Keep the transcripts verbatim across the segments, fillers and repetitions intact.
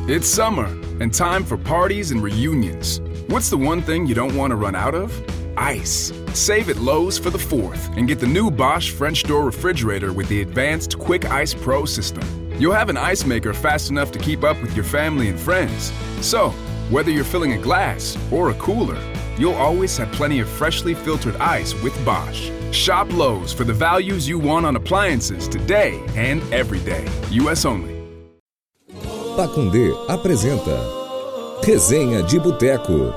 It's summer, and time for parties and reunions. What's the one thing you don't want to run out of? Ice. Save at Lowe's for the fourth and get the new Bosch French door refrigerator with the advanced Quick Ice Pro system. You'll have an ice maker fast enough to keep up with your family and friends. So, whether you're filling a glass or a cooler, you'll always have plenty of freshly filtered ice with Bosch. Shop Lowe's for the values you want on appliances today and every day. U S only. Pacundê apresenta Resenha de Boteco.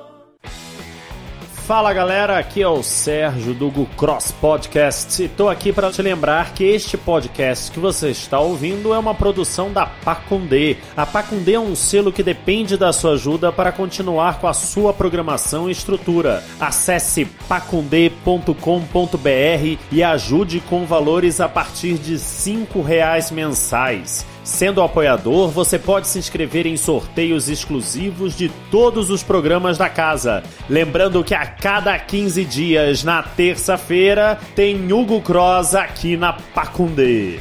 Fala galera, aqui é o Sérgio do Google Cross Podcast e estou aqui para te lembrar que este podcast que você está ouvindo é uma produção da Pacundê. A Pacundê é um selo que depende da sua ajuda para continuar com a sua programação e estrutura. Acesse pacundê ponto com ponto b r e ajude com valores a partir de cinco reais mensais. Sendo apoiador, você pode se inscrever em sorteios exclusivos de todos os programas da casa. Lembrando que a cada quinze dias, na terça-feira, tem Hugo Cross aqui na Pacundê.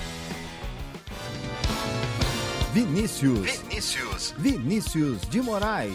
Vinícius. Vinícius. Vinícius de Moraes.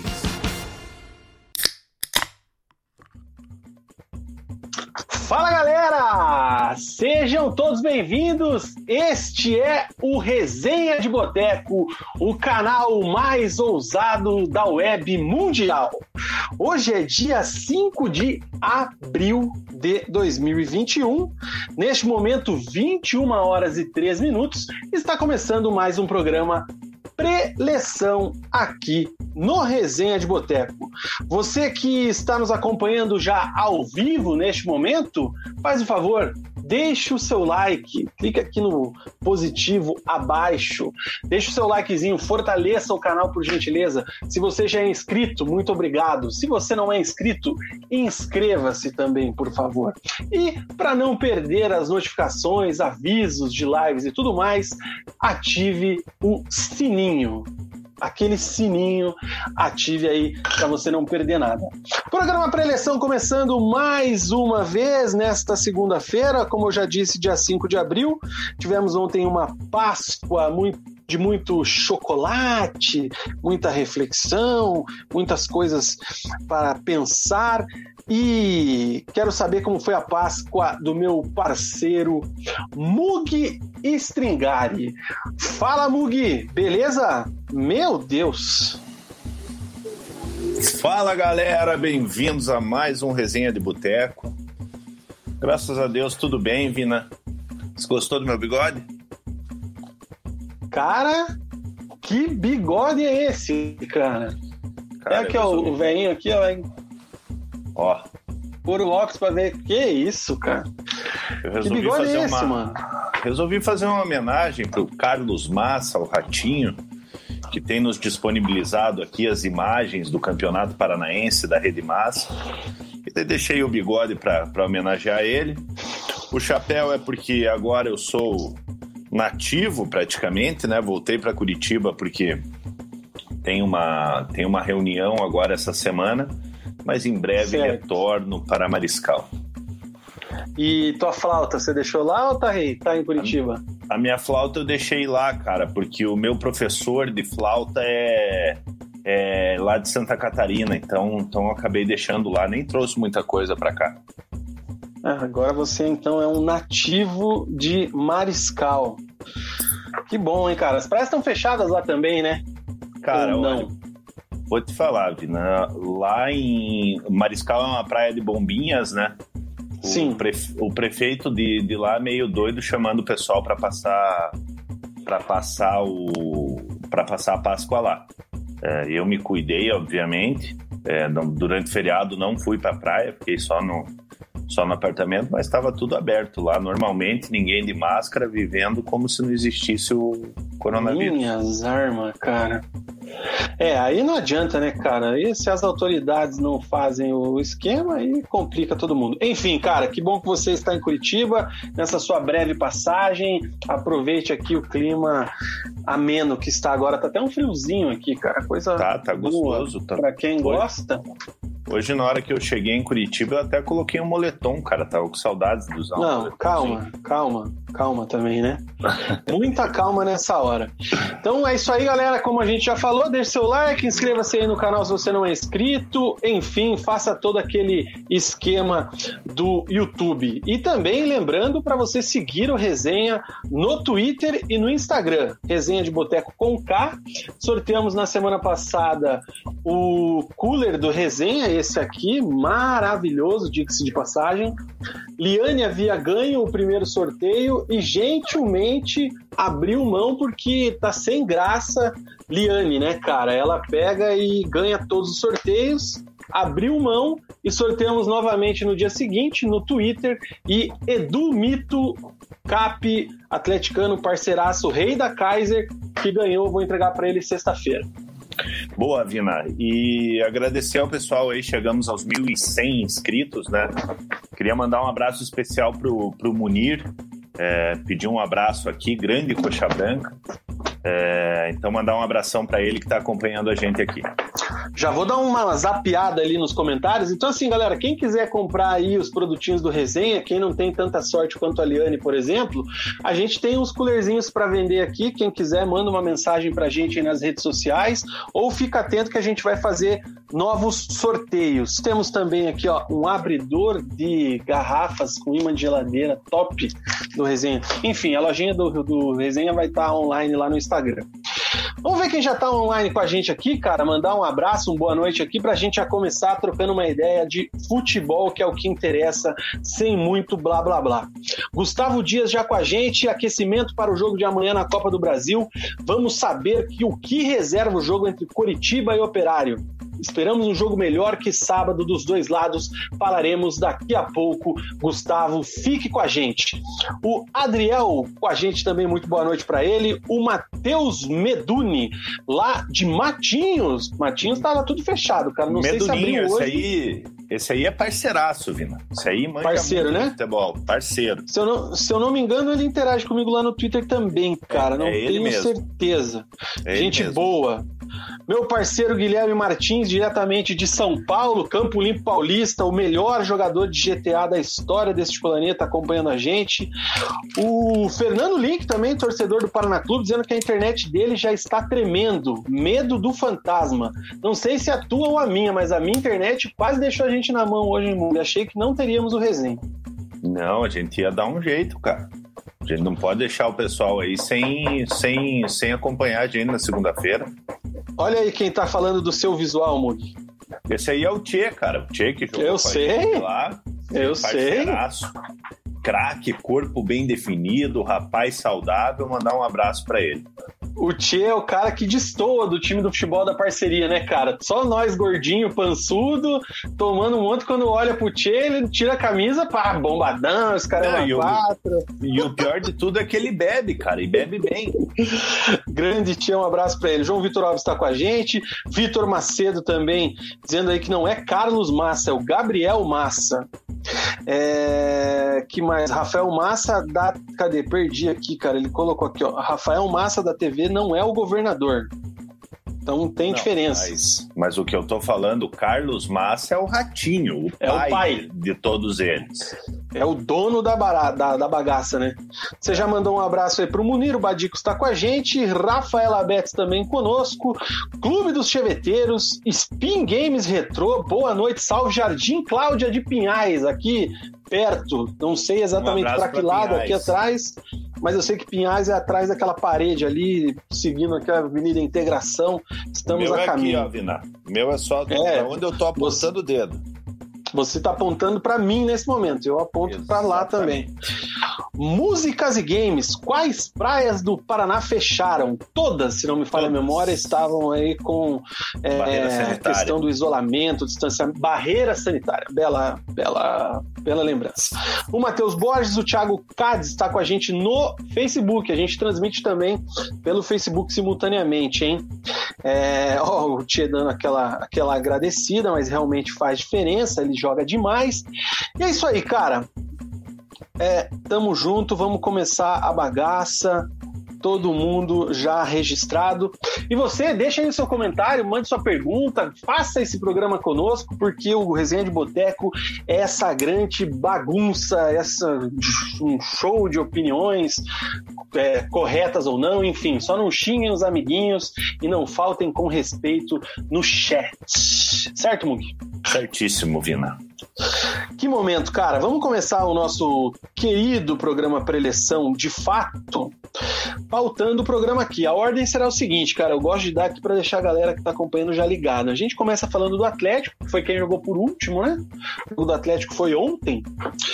Fala galera, sejam todos bem-vindos, este é o Resenha de Boteco, o canal mais ousado da web mundial. Hoje é dia cinco de abril de dois mil e vinte e um, neste momento vinte e uma horas e três minutos, está começando mais um programa pré-leção aqui no Resenha de Boteco. Você que está nos acompanhando já ao vivo neste momento, faz um favor, deixe o seu like, clica aqui no positivo abaixo, deixe o seu likezinho, fortaleça o canal por gentileza. Se você já é inscrito, muito obrigado. Se você não é inscrito, inscreva-se também, por favor. E para não perder as notificações, avisos de lives e tudo mais, ative o sininho. Aquele sininho, ative aí para você não perder nada. Programa pré-eleição começando mais uma vez nesta segunda-feira, como eu já disse, dia cinco de abril. Tivemos ontem uma Páscoa muito, de muito chocolate, muita reflexão, muitas coisas para pensar. E quero saber como foi a Páscoa do meu parceiro Mugi Stringari. Fala, Mugi, beleza? Meu Deus! Fala, galera, bem-vindos a mais um Resenha de Boteco. Graças a Deus, tudo bem, Vina? Você gostou do meu bigode? Cara, que bigode é esse, cara? cara é aqui, ó, o velhinho aqui, ó. Ó. Por o óculos pra ver. Que isso, cara? Eu resolvi que bigode fazer é esse, uma... mano? Resolvi fazer uma homenagem pro Carlos Massa, o Ratinho, que tem nos disponibilizado aqui as imagens do Campeonato Paranaense da Rede Massa. E daí deixei o bigode para homenagear ele. O chapéu é porque agora eu sou nativo praticamente, né? Voltei para Curitiba porque tem uma, tem uma reunião agora essa semana, mas em breve certo. Retorno para Mariscal. E tua flauta, você deixou lá ou tá, tá em Curitiba? A, a minha flauta eu deixei lá, cara, porque o meu professor de flauta é, é lá de Santa Catarina, então, então eu acabei deixando lá, nem trouxe muita coisa pra cá. Ah, agora você então é um nativo de Mariscal. Que bom, hein, cara? As praias estão fechadas lá também, né? Cara, ou não? Olha, vou te falar, Vina, lá em Mariscal é uma praia de bombinhas, né? O, Sim. Prefe... o prefeito de, de lá meio doido chamando o pessoal para passar para passar o para passar a Páscoa lá. É, eu me cuidei, obviamente. É, não, durante o feriado não fui para a praia, fiquei só no só no apartamento, mas estava tudo aberto lá normalmente, ninguém de máscara, vivendo como se não existisse o coronavírus. Minhas armas, cara. É, aí não adianta, né, cara? E se as autoridades não fazem o esquema, aí complica todo mundo. Enfim, cara, que bom que você está em Curitiba, nessa sua breve passagem. Aproveite aqui o clima ameno que está agora. Tá até um friozinho aqui, cara. Coisa tá, tá gostoso. Boa. Tá... Pra quem Foi. gosta. Hoje, na hora que eu cheguei em Curitiba, eu até coloquei um moletom, cara. Tava com saudades de usar um Não, calma, calma, calma também, né? Muita calma nessa hora. Então é isso aí, galera. Como a gente já falou, deixe seu like, inscreva-se aí no canal se você não é inscrito. Enfim, faça todo aquele esquema do YouTube. E também lembrando para você seguir o Resenha no Twitter e no Instagram. Resenha de Boteco com K. Sorteamos na semana passada o cooler do Resenha, esse aqui, maravilhoso, diga-se de passagem. Liane havia ganho o primeiro sorteio e gentilmente abriu mão porque tá sem graça. Liane, né, cara? Ela pega e ganha todos os sorteios, abriu mão e sorteamos novamente no dia seguinte no Twitter. E Edu Mito Cap, atleticano, parceiraço, rei da Kaiser, que ganhou, vou entregar para ele sexta-feira. Boa, Vina. E agradecer ao pessoal aí, chegamos aos mil e cem inscritos, né? Queria mandar um abraço especial pro, pro Munir, é, pedir um abraço aqui, grande coxa branca. É, então mandar um abração para ele que está acompanhando a gente aqui. Já vou dar uma zapeada ali nos comentários. Então assim, galera, quem quiser comprar aí os produtinhos do Resenha, quem não tem tanta sorte quanto a Liane, por exemplo, a gente tem uns coolerzinhos para vender aqui. Quem quiser, manda uma mensagem pra gente aí nas redes sociais, ou fica atento que a gente vai fazer novos sorteios. Temos também aqui, ó, um abridor de garrafas com imã de geladeira top do Resenha. Enfim, a lojinha do, do Resenha vai estar online lá no Instagram. Vamos ver quem já tá online com a gente aqui, cara. Mandar um abraço, uma boa noite aqui pra gente já começar trocando uma ideia de futebol, que é o que interessa, sem muito blá blá blá. Gustavo Dias já com a gente, aquecimento para o jogo de amanhã na Copa do Brasil. Vamos saber que, o que reserva o jogo entre Coritiba e Operário. Esperamos um jogo melhor que sábado dos dois lados. Falaremos daqui a pouco. Gustavo, fique com a gente. O Adriel com a gente também, muito boa noite para ele. O Matheus Meduni, lá de Matinhos. Matinhos estava tudo fechado, cara. Não Meduninho, sei se abriu esse hoje. Aí, esse aí é parceiraço, Vina. Esse aí manja Parceiro, muito né? futebol. Parceiro. Se eu, não, se eu não me engano, ele interage comigo lá no Twitter também, cara. É, não é ele tenho mesmo. certeza. É gente boa. Meu parceiro Guilherme Martins, diretamente de São Paulo, Campo Limpo Paulista, o melhor jogador de G T A da história deste planeta, acompanhando a gente. O Fernando Link, também torcedor do Paraná Clube, dizendo que a internet dele já está tremendo. Medo do fantasma. Não sei se a tua ou a minha, mas a minha internet quase deixou a gente na mão hoje, mundo. Achei que não teríamos o Resenha. Não, a gente ia dar um jeito, cara. A gente não pode deixar o pessoal aí sem, sem, sem acompanhar a gente na segunda-feira. Olha aí quem tá falando do seu visual, Mug. Esse aí é o Tchê, cara. O Tchê que jogou Eu com sei. a gente lá. Eu sei. Craque, corpo bem definido, rapaz saudável. Mandar um abraço pra ele. O Tchê é o cara que destoa do time do futebol da parceria, né, cara? Só nós, gordinho, pançudo, tomando um monte. Quando olha pro Tchê, ele tira a camisa, pá, bombadão, os caras é quatro. E o pior de tudo é que ele bebe, cara, e bebe bem. Grande Tchê, um abraço pra ele. João Vitor Alves tá com a gente. Vitor Macedo também, dizendo aí que não é Carlos Massa, é o Gabriel Massa. É... que mais? Rafael Massa da... Cadê? Perdi aqui, cara. Ele colocou aqui, ó. Rafael Massa da T V não é o governador. Então tem não, diferença. Mas, mas o que eu tô falando, Carlos Massa é o Ratinho, o é pai, o pai de todos eles. É o dono da, barata, da, da bagaça, né? Você já mandou um abraço aí pro Munir, o Badico está com a gente, Rafaela Betts também conosco, Clube dos Cheveteiros, Spin Games Retrô, boa noite, salve Jardim Cláudia de Pinhais, aqui perto, não sei exatamente um para que lado, Pinhais. Aqui atrás, mas eu sei que Pinhais é atrás daquela parede ali, seguindo aquela Avenida Integração, estamos Meu a é caminho. Aqui, ó, Vina. Meu é só é, onde eu tô apontando o dedo. Você está apontando para mim nesse momento, eu aponto para lá também. Músicas e games, quais praias do Paraná fecharam? Todas, se não me falha a memória, estavam aí com é, questão do isolamento, distanciamento, barreira sanitária. Bela, bela, bela lembrança. O Matheus Borges, o Thiago Cades está com a gente no Facebook. A gente transmite também pelo Facebook simultaneamente, hein? É, ó, o Tchê dando aquela, aquela agradecida, mas realmente faz diferença, ele joga demais. E é isso aí, cara. É, tamo junto, vamos começar a bagaça. todo mundo já registrado. E você, deixa aí o seu comentário, mande sua pergunta, faça esse programa conosco, porque o Resenha de Boteco é essa grande bagunça, essa, um show de opiniões, é, corretas ou não, enfim, só não xinguem os amiguinhos e não faltem com respeito no chat. Certo, Mug? Certíssimo, Vina. Que momento, cara. Vamos começar o nosso querido programa preleção de fato, pautando o programa aqui. A ordem será o seguinte, cara, eu gosto de dar aqui para deixar a galera que tá acompanhando já ligada. A gente começa falando do Atlético, que foi quem jogou por último, né? O do Atlético foi ontem,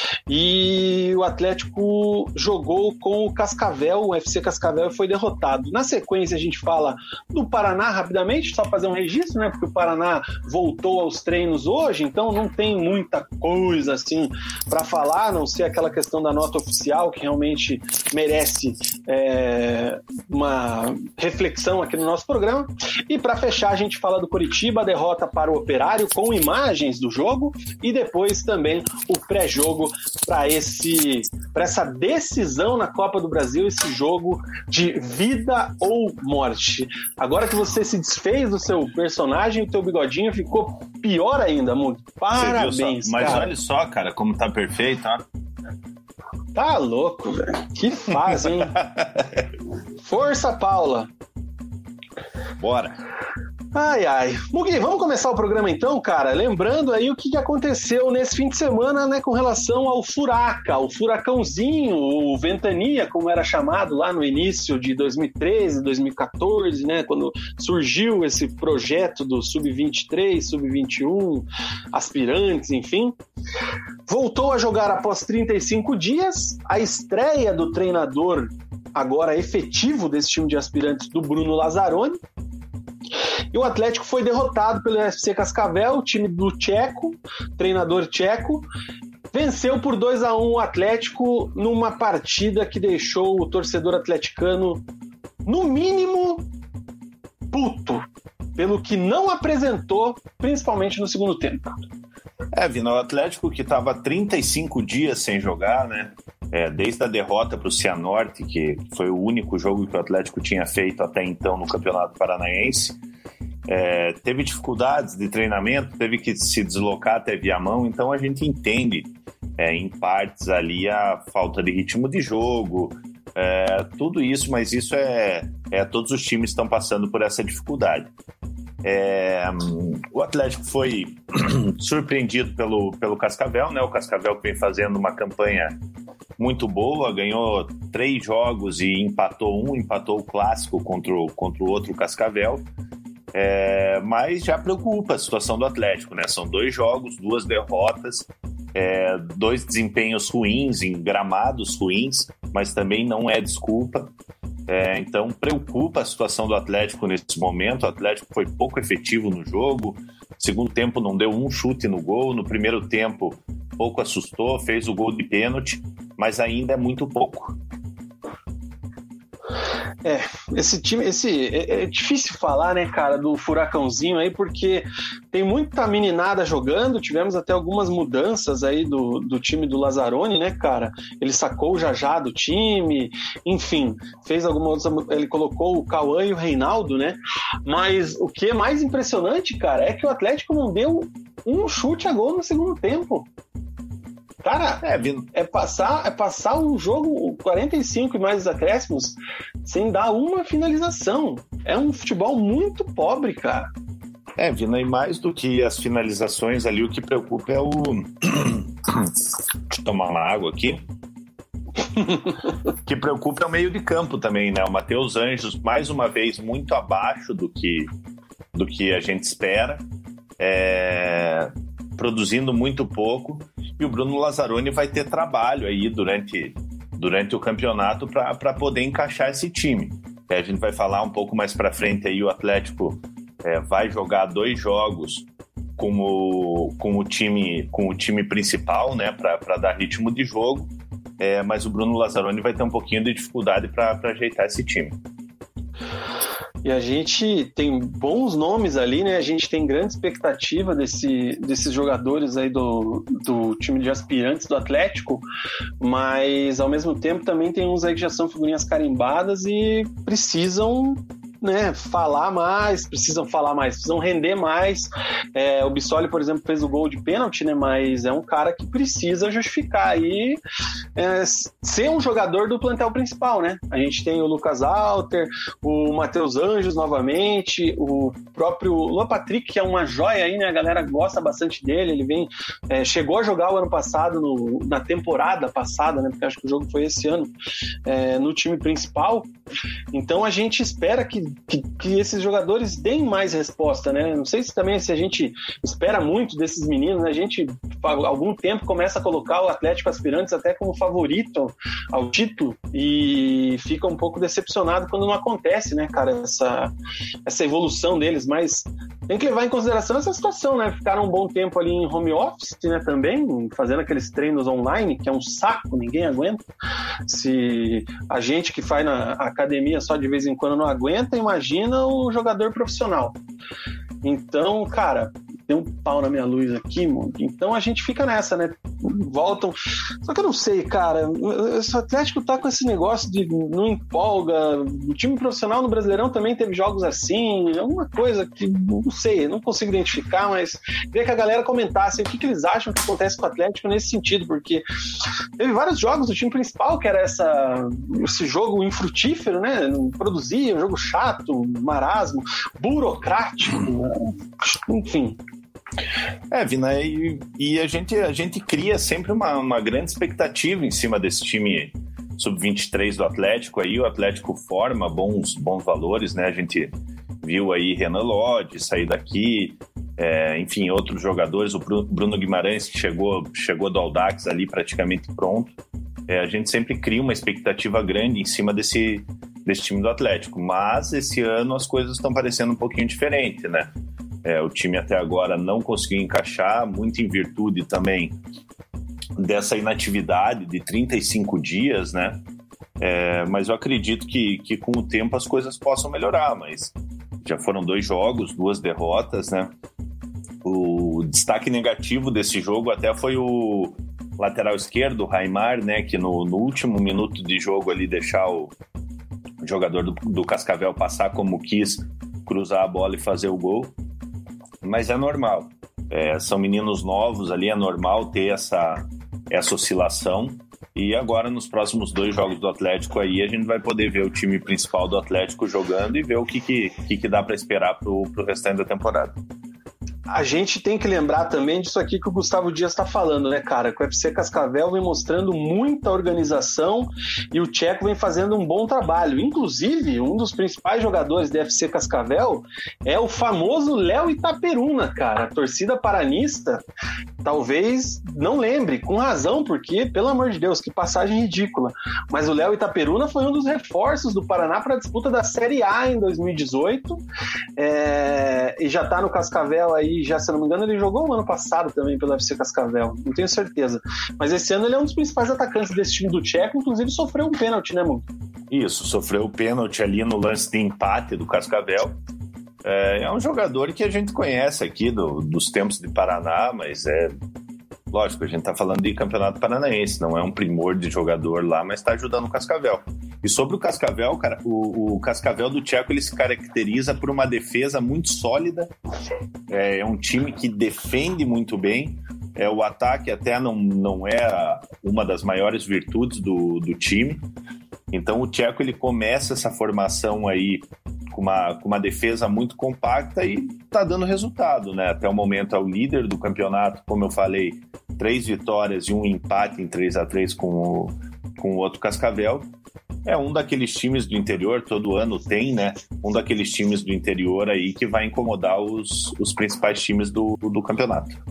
e o Atlético jogou com o Cascavel, o F C Cascavel, e foi derrotado. Na sequência a gente fala do Paraná rapidamente, só fazer um registro, né? Porque o Paraná voltou aos treinos hoje, então não tem muita coisa assim para falar, a não ser aquela questão da nota oficial, que realmente merece é, uma reflexão aqui no nosso programa. E para fechar, a gente fala do Coritiba, a derrota para o Operário, com imagens do jogo, e depois também o pré-jogo para esse para essa decisão na Copa do Brasil, esse jogo de vida ou morte. Agora que você se desfez do seu personagem, o teu bigodinho ficou pior ainda, Mundo. Parabéns, mas cara. Olha só, cara, como tá perfeito, ó. Tá louco, velho. Que fase, hein? Força, Paula. Bora. Ai, ai. Mugi, vamos começar o programa então, cara? Lembrando aí o que aconteceu nesse fim de semana, né, com relação ao Furaca, o Furacãozinho, o Ventania, como era chamado lá no início de dois mil e treze, dois mil e quatorze, né, quando surgiu esse projeto do sub vinte e três, sub vinte e um, aspirantes, enfim. Voltou a jogar após trinta e cinco dias, a estreia do treinador agora efetivo desse time de aspirantes, do Bruno Lazzaroni. E o Atlético foi derrotado pelo F C Cascavel, o time do Tcheco, treinador tcheco, venceu por dois a um o Atlético numa partida que deixou o torcedor atleticano, no mínimo, puto, pelo que não apresentou, principalmente no segundo tempo. É, Vina, o Atlético que estava trinta e cinco dias sem jogar, né? É, desde a derrota para o Cianorte, que foi o único jogo que o Atlético tinha feito até então no Campeonato Paranaense, é, teve dificuldades de treinamento, teve que se deslocar até Viamão, então a gente entende é, em partes ali a falta de ritmo de jogo, é, tudo isso, mas isso é, é todos os times estão passando por essa dificuldade. É, o Atlético foi surpreendido pelo, pelo Cascavel, né? O Cascavel que vem fazendo uma campanha muito boa, ganhou três jogos e empatou um, empatou o clássico contra o, contra o outro Cascavel, é, mas já preocupa a situação do Atlético, né? São dois jogos, duas derrotas, é, dois desempenhos ruins em gramados ruins, mas também não é desculpa. É, então preocupa a situação do Atlético nesse momento. O Atlético foi pouco efetivo no jogo, segundo tempo não deu um chute no gol, no primeiro tempo pouco assustou, fez o gol de pênalti, mas ainda é muito pouco. É, esse time, esse, é, é difícil falar, né, cara, do Furacãozinho aí, porque tem muita meninada jogando, tivemos até algumas mudanças aí do, do time do Lazzaroni, né, cara, ele sacou o Jajá do time, enfim, fez algumas outras, ele colocou o Cauã e o Reinaldo, né, mas o que é mais impressionante, cara, é que o Atlético não deu um chute a gol no segundo tempo. Cara, é, é, passar, é passar um jogo quarenta e cinco e mais os acréscimos sem dar uma finalização. É um futebol muito pobre, cara. É, Vina, e mais do que as finalizações ali, o que preocupa é o... Deixa eu tomar uma água aqui. O que preocupa é o meio de campo também, né? O Matheus Anjos, mais uma vez, muito abaixo do que, do que a gente espera. É... produzindo muito pouco, e o Bruno Lazzaroni vai ter trabalho aí durante, durante o campeonato para poder encaixar esse time. É, a gente vai falar um pouco mais para frente aí, o Atlético é, vai jogar dois jogos com o, com o, time, com o time principal, né, para dar ritmo de jogo, é, mas o Bruno Lazzaroni vai ter um pouquinho de dificuldade para ajeitar esse time. E a gente tem bons nomes ali, né? A gente tem grande expectativa desse, desses jogadores aí do, do time de aspirantes do Atlético, mas ao mesmo tempo também tem uns aí que já são figurinhas carimbadas e precisam, né, falar mais, precisam falar mais, precisam render mais. É, o Bissoli, por exemplo, fez o gol de pênalti, né, mas é um cara que precisa justificar aí é, ser um jogador do plantel principal, né? A gente tem o Lucas Alter, o Matheus Anjos novamente, o próprio Luan Patrick, que é uma joia aí, né? A galera gosta bastante dele, ele vem, é, chegou a jogar o ano passado, no, na temporada passada, né, porque acho que o jogo foi esse ano, é, no time principal. Então a gente espera que Que, que esses jogadores deem mais resposta, né? Não sei se também se a gente espera muito desses meninos, né? A gente há algum tempo começa a colocar o Atlético Aspirantes até como favorito ao título e fica um pouco decepcionado quando não acontece, né, cara, essa, essa evolução deles, mas tem que levar em consideração essa situação, né? Ficaram um bom tempo ali em home office, né, também, fazendo aqueles treinos online, que é um saco, ninguém aguenta. Se a gente que faz na academia só de vez em quando não aguenta, imagina o jogador profissional. Então, cara, tem um pau na minha luz aqui, mano. Então a gente fica nessa, né? Voltam. Só que eu não sei, cara. O Atlético tá com esse negócio de não empolga. O time profissional no Brasileirão também teve jogos assim. É uma coisa que não sei, não consigo identificar, mas queria que a galera comentasse o que, que eles acham que acontece com o Atlético nesse sentido, porque teve vários jogos do time principal que era essa, esse jogo infrutífero, né? Não produzia, um jogo chato, marasmo, burocrático, enfim. É, Vina, e, e a, gente, a gente cria sempre uma, uma grande expectativa em cima desse time sub vinte e três do Atlético. Aí o Atlético forma bons, bons valores, né? A gente viu aí Renan Lodge sair daqui, é, enfim, outros jogadores, o Bruno Guimarães, que chegou, chegou do Audax ali praticamente pronto. É, a gente sempre cria uma expectativa grande em cima desse, desse time do Atlético, mas esse ano as coisas estão parecendo um pouquinho diferente, né? É, o time até agora não conseguiu encaixar, muito em virtude também dessa inatividade de trinta e cinco dias, né? É, mas eu acredito que, que com o tempo as coisas possam melhorar, mas já foram dois jogos, duas derrotas, né? O destaque negativo desse jogo até foi o lateral esquerdo, o Raimar, né? Que no, no último minuto de jogo ali deixar o jogador do, do Cascavel passar como quis, cruzar a bola e fazer o gol. Mas é normal, é, são meninos novos ali, é normal ter essa, essa oscilação. E agora nos próximos dois jogos do Atlético aí a gente vai poder ver o time principal do Atlético jogando e ver o que, que, que, que dá para esperar pro, pro restante da temporada. A gente tem que lembrar também disso aqui que o Gustavo Dias está falando, né, cara? Que o F C Cascavel vem mostrando muita organização e o Tcheco vem fazendo um bom trabalho. Inclusive, um dos principais jogadores do F C Cascavel é o famoso Léo Itaperuna, cara. A torcida paranista talvez não lembre, com razão, porque, pelo amor de Deus, que passagem ridícula. Mas o Léo Itaperuna foi um dos reforços do Paraná para a disputa da Série A em dois mil e dezoito, é... e já está no Cascavel aí. Já, se não me engano, ele jogou o ano passado também pelo F C Cascavel, não tenho certeza. Mas esse ano ele é um dos principais atacantes desse time do Tcheco, inclusive sofreu um pênalti, né, mano? Isso, sofreu o pênalti ali no lance de empate do Cascavel. É, é um jogador que a gente conhece aqui do, dos tempos de Paraná, mas é lógico, a gente tá falando de Campeonato Paranaense, não é um primor de jogador lá, mas tá ajudando o Cascavel. E sobre o Cascavel, cara, o, o Cascavel do Tcheco, ele se caracteriza por uma defesa muito sólida, é, é um time que defende muito bem, é, o ataque até não, não é a, uma das maiores virtudes do, do time, então o Tcheco ele começa essa formação aí com uma, com uma defesa muito compacta e tá dando resultado, né? Até o momento é o líder do campeonato, como eu falei, três vitórias e um empate em três a três com o, com o outro Cascavel. É um daqueles times do interior, todo ano tem, né? Um daqueles times do interior aí que vai incomodar os, os principais times do, do campeonato.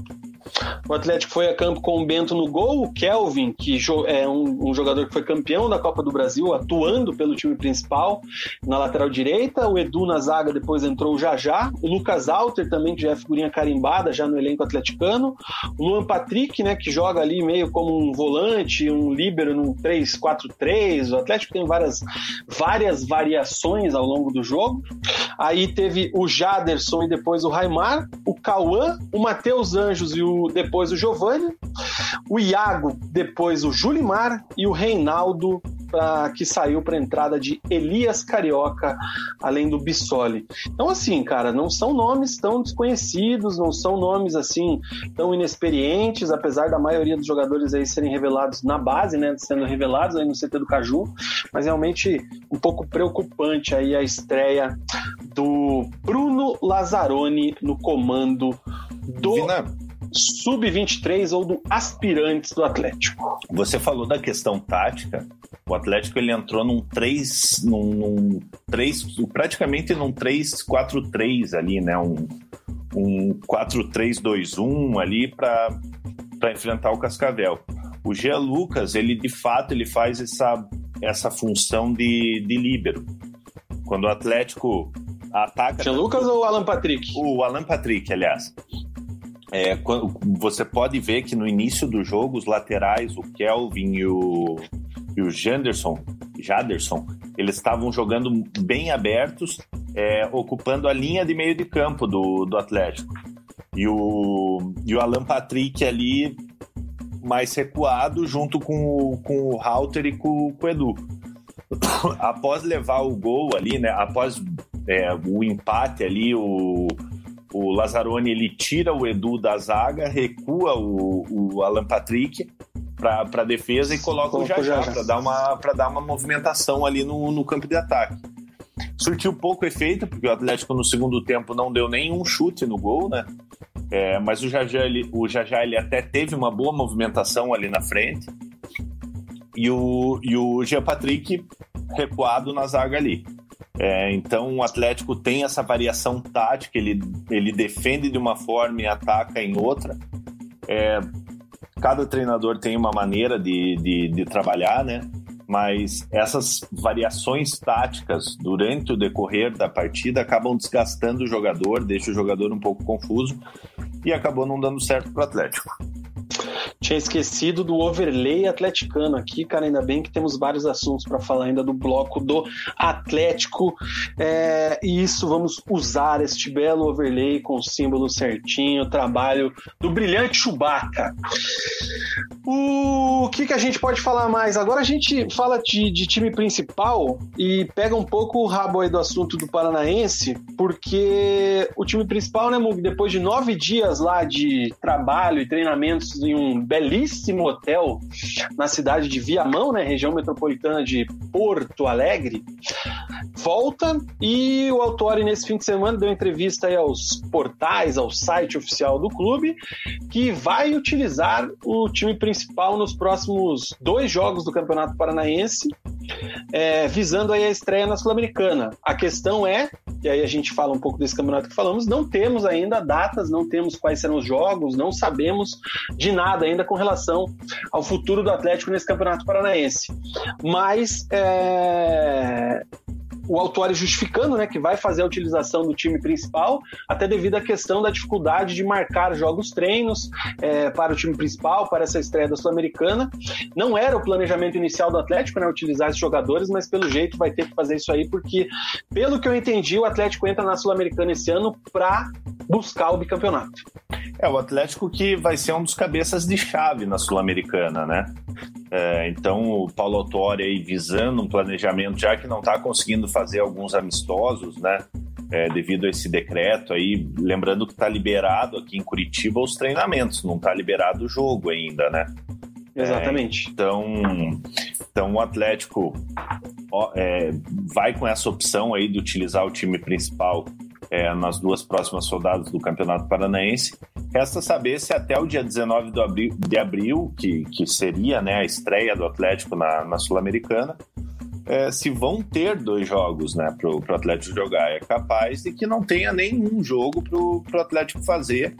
O Atlético foi a campo com o Bento no gol, o Kelvin, que é um, um jogador que foi campeão da Copa do Brasil, atuando pelo time principal na lateral direita, o Edu na zaga, depois entrou o Jajá, o Lucas Alter também, que já é figurinha carimbada já no elenco atleticano, o Luan Patrick, né, que joga ali meio como um volante, um líbero num três quatro três, o Atlético tem várias, várias variações ao longo do jogo. Aí teve o Jaderson e depois o Raimar, o Cauã, o Matheus Anjos e o, depois o Giovani, o Iago, depois o Julimar e o Reinaldo, pra, que saiu para a entrada de Elias Carioca, além do Bissoli. Então, assim, cara, não são nomes tão desconhecidos, não são nomes, assim, tão inexperientes, apesar da maioria dos jogadores aí serem revelados na base, né, sendo revelados aí no C T do Caju, mas realmente um pouco preocupante aí a estreia do Bruno Lazzaroni no comando do sub vinte e três ou do Aspirantes do Atlético. Você falou da questão tática. O Atlético ele entrou num três, num, num três, praticamente num três quatro três ali, né? Um, um quatro três dois um ali para para enfrentar o Cascavel. O Jean Lucas, ele de fato ele faz essa, essa função de, de líbero. Quando o Atlético ataca... Jean Lucas ou o Alan Patrick? O Alan Patrick, aliás. É, quando, você pode ver que no início do jogo, os laterais, o Kelvin e o, e o Janderson, Jaderson, eles estavam jogando bem abertos, é, ocupando a linha de meio de campo do, do Atlético. E o, e o Alan Patrick ali mais recuado, junto com o, com o Halter e com, com o Edu. Após levar o gol ali, né, após é, o empate ali, o, o Lazzaroni ele tira o Edu da zaga, recua o, o Alan Patrick para a defesa e coloca Colocou o Jajá para dar, uma, dar uma movimentação ali no, no campo de ataque. Surtiu pouco efeito, porque o Atlético no segundo tempo não deu nenhum chute no gol, né? É, mas o Jajá, ele, o Jajá ele até teve uma boa movimentação ali na frente. E o, e o Jean Patrick recuado na zaga ali. É, então o Atlético tem essa variação tática, ele, ele defende de uma forma e ataca em outra. É, cada treinador tem uma maneira de, de, de trabalhar, né? Mas essas variações táticas durante o decorrer da partida acabam desgastando o jogador, deixa o jogador um pouco confuso e acabou não dando certo para o Atlético. Tinha esquecido do overlay atleticano aqui, cara, ainda bem que temos vários assuntos para falar ainda do bloco do Atlético, é, e isso, vamos usar este belo overlay com o símbolo certinho, o trabalho do brilhante Chewbacca. O que que a gente pode falar mais? Agora a gente fala de, de time principal e pega um pouco o rabo aí do assunto do Paranaense, porque o time principal, né, Mug, depois de nove dias lá de trabalho e treinamentos em um belíssimo hotel na cidade de Viamão, né, região metropolitana de Porto Alegre, volta, e o Autori nesse fim de semana deu entrevista aí aos portais, ao site oficial do clube, que vai utilizar o time principal nos próximos dois jogos do Campeonato Paranaense, é, visando aí a estreia na Sul-Americana. A questão é, e aí a gente fala um pouco desse campeonato que falamos, não temos ainda datas, não temos quais serão os jogos, não sabemos de nada ainda com relação ao futuro do Atlético nesse Campeonato Paranaense. Mas é... o Autori justificando, né, que vai fazer a utilização do time principal, até devido à questão da dificuldade de marcar jogos treinos é, para o time principal, para essa estreia da Sul-Americana. Não era o planejamento inicial do Atlético, né, utilizar esses jogadores, mas pelo jeito vai ter que fazer isso aí, porque, pelo que eu entendi, o Atlético entra na Sul-Americana esse ano para buscar o bicampeonato. É, o Atlético que vai ser um dos cabeças de chave na Sul-Americana, né? É, então o Paulo Autori aí visando um planejamento, já que não está conseguindo fazer alguns amistosos, né? É, devido a esse decreto aí, lembrando que está liberado aqui em Curitiba os treinamentos, não está liberado o jogo ainda, né? Exatamente. É, então, então o Atlético ó, é, vai com essa opção aí de utilizar o time principal é, nas duas próximas rodadas do Campeonato Paranaense. Resta saber se até o dia dezenove de abril, de abril que, que seria, né, a estreia do Atlético na, na Sul-Americana, é, se vão ter dois jogos, né, para o Atlético jogar. É capaz de que não tenha nenhum jogo para o Atlético fazer,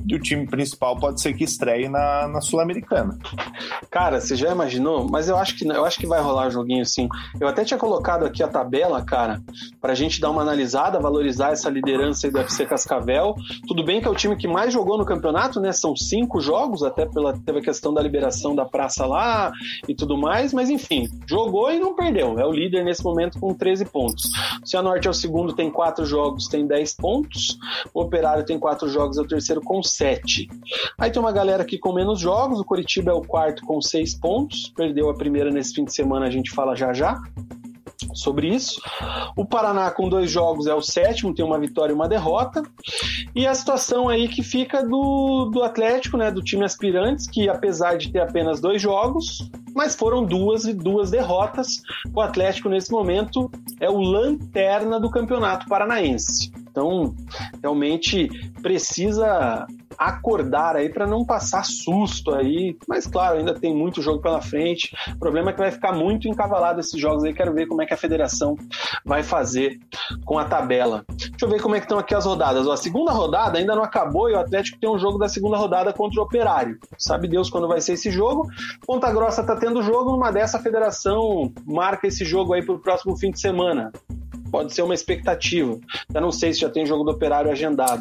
e o time principal pode ser que estreie na, na Sul-Americana. Cara, você já imaginou? Mas eu acho que eu acho que vai rolar joguinho sim. Eu até tinha colocado aqui a tabela, cara, pra gente dar uma analisada, valorizar essa liderança aí do F C Cascavel. Tudo bem que é o time que mais jogou no campeonato, né? São cinco jogos, até pela teve a questão da liberação da praça lá e tudo mais, mas enfim, jogou e não perdeu. É o líder nesse momento com treze pontos. O Cianorte é o segundo, tem quatro jogos, tem dez pontos. O Operário tem quatro jogos, é o terceiro com sete. Aí tem uma galera aqui com menos jogos. O Coritiba é o quarto com seis pontos. Perdeu a primeira nesse fim de semana, a gente fala já já sobre isso. O Paraná com dois jogos é o sétimo, tem uma vitória e uma derrota. E a situação aí que fica do, do Atlético, né, do time aspirantes, que apesar de ter apenas dois jogos, mas foram duas e duas derrotas. O Atlético nesse momento é o lanterna do Campeonato Paranaense. Então, realmente precisa acordar aí para não passar susto aí, mas claro, ainda tem muito jogo pela frente. O problema é que vai ficar muito encavalado esses jogos aí. Quero ver como é que a federação vai fazer com a tabela. Deixa eu ver como é que estão aqui as rodadas. Ó, a segunda rodada ainda não acabou e o Atlético tem um jogo da segunda rodada contra o Operário. Sabe Deus quando vai ser esse jogo. Ponta Grossa tá tendo jogo, numa dessa a federação marca esse jogo aí pro próximo fim de semana. Pode ser uma expectativa. Eu não sei se já tem jogo do Operário agendado.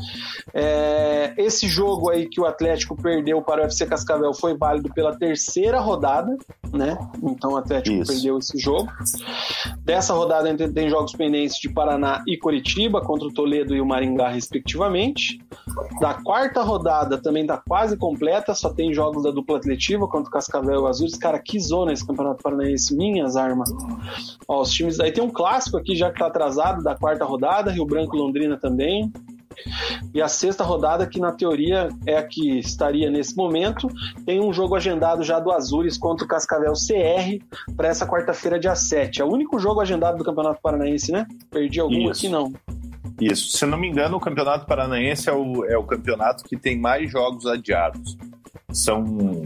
É, esse jogo aí que o Atlético perdeu para o F C Cascavel foi válido pela terceira rodada, né? Então o Atlético Isso. perdeu esse jogo. Dessa rodada ainda tem jogos pendentes de Paraná e Coritiba contra o Toledo e o Maringá, respectivamente. Da quarta rodada também está quase completa, só tem jogos da dupla atletiva contra o Cascavel e o Azures. Cara, que zona esse Campeonato Paranaense, minhas armas. Ó, os times aí tem um clássico aqui já que está atrasado da quarta rodada, Rio Branco e Londrina também. E a sexta rodada, que na teoria é a que estaria nesse momento, tem um jogo agendado já do Azures contra o Cascavel C R para essa quarta-feira, dia sete. É o único jogo agendado do Campeonato Paranaense, né? Perdi algum Isso. aqui, não. Isso. Se não me engano, o Campeonato Paranaense é o, é o campeonato que tem mais jogos adiados. São...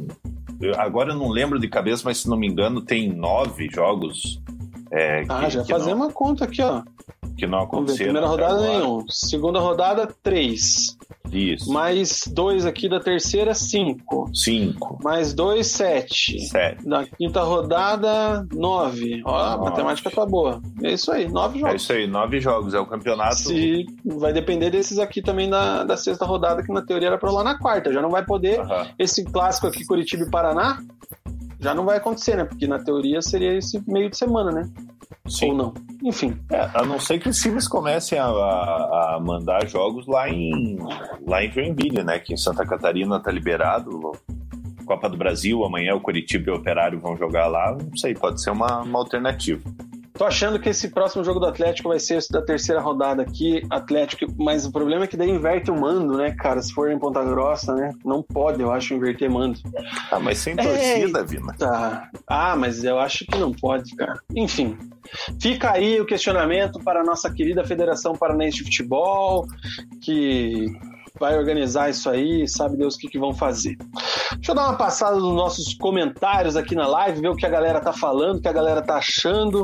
Agora eu não lembro de cabeça, mas se não me engano, tem nove jogos. É, ah, que, já que fazemos não... uma conta aqui, ó. Que não aconteceram. Primeira rodada, nenhum. Segunda rodada, três. Isso. Mais dois aqui da terceira, cinco. Cinco. Mais dois, sete. Sete. Da quinta rodada, nove. Ó, a matemática tá boa. É isso aí, nove jogos. É isso aí, nove jogos. É o campeonato. Se vai depender desses aqui também da, da sexta rodada, que na teoria era pra rolar na quarta. Já não vai poder. Uhum. Esse clássico aqui, Coritiba e Paraná, já não vai acontecer, né? Porque na teoria seria esse meio de semana, né? Sim. Ou não. Enfim. É, a não ser que os times comecem a, a, a mandar jogos lá em, lá em Joinville, né? Que em Santa Catarina tá liberado. Copa do Brasil, amanhã o Coritiba e o Operário vão jogar lá. Não sei, pode ser uma, uma alternativa. Tô achando que esse próximo jogo do Atlético vai ser esse da terceira rodada aqui, Atlético, mas o problema é que daí inverte o mando, né, cara? Se for em Ponta Grossa, né? Não pode, eu acho, inverter mando. Ah, mas sem torcida, Vina. Tá. Ah, mas eu acho que não pode, cara. Enfim, fica aí o questionamento para a nossa querida Federação Paranaense de Futebol, que vai organizar isso aí, sabe Deus o que, que vão fazer. Deixa eu dar uma passada nos nossos comentários aqui na live, ver o que a galera tá falando, o que a galera tá achando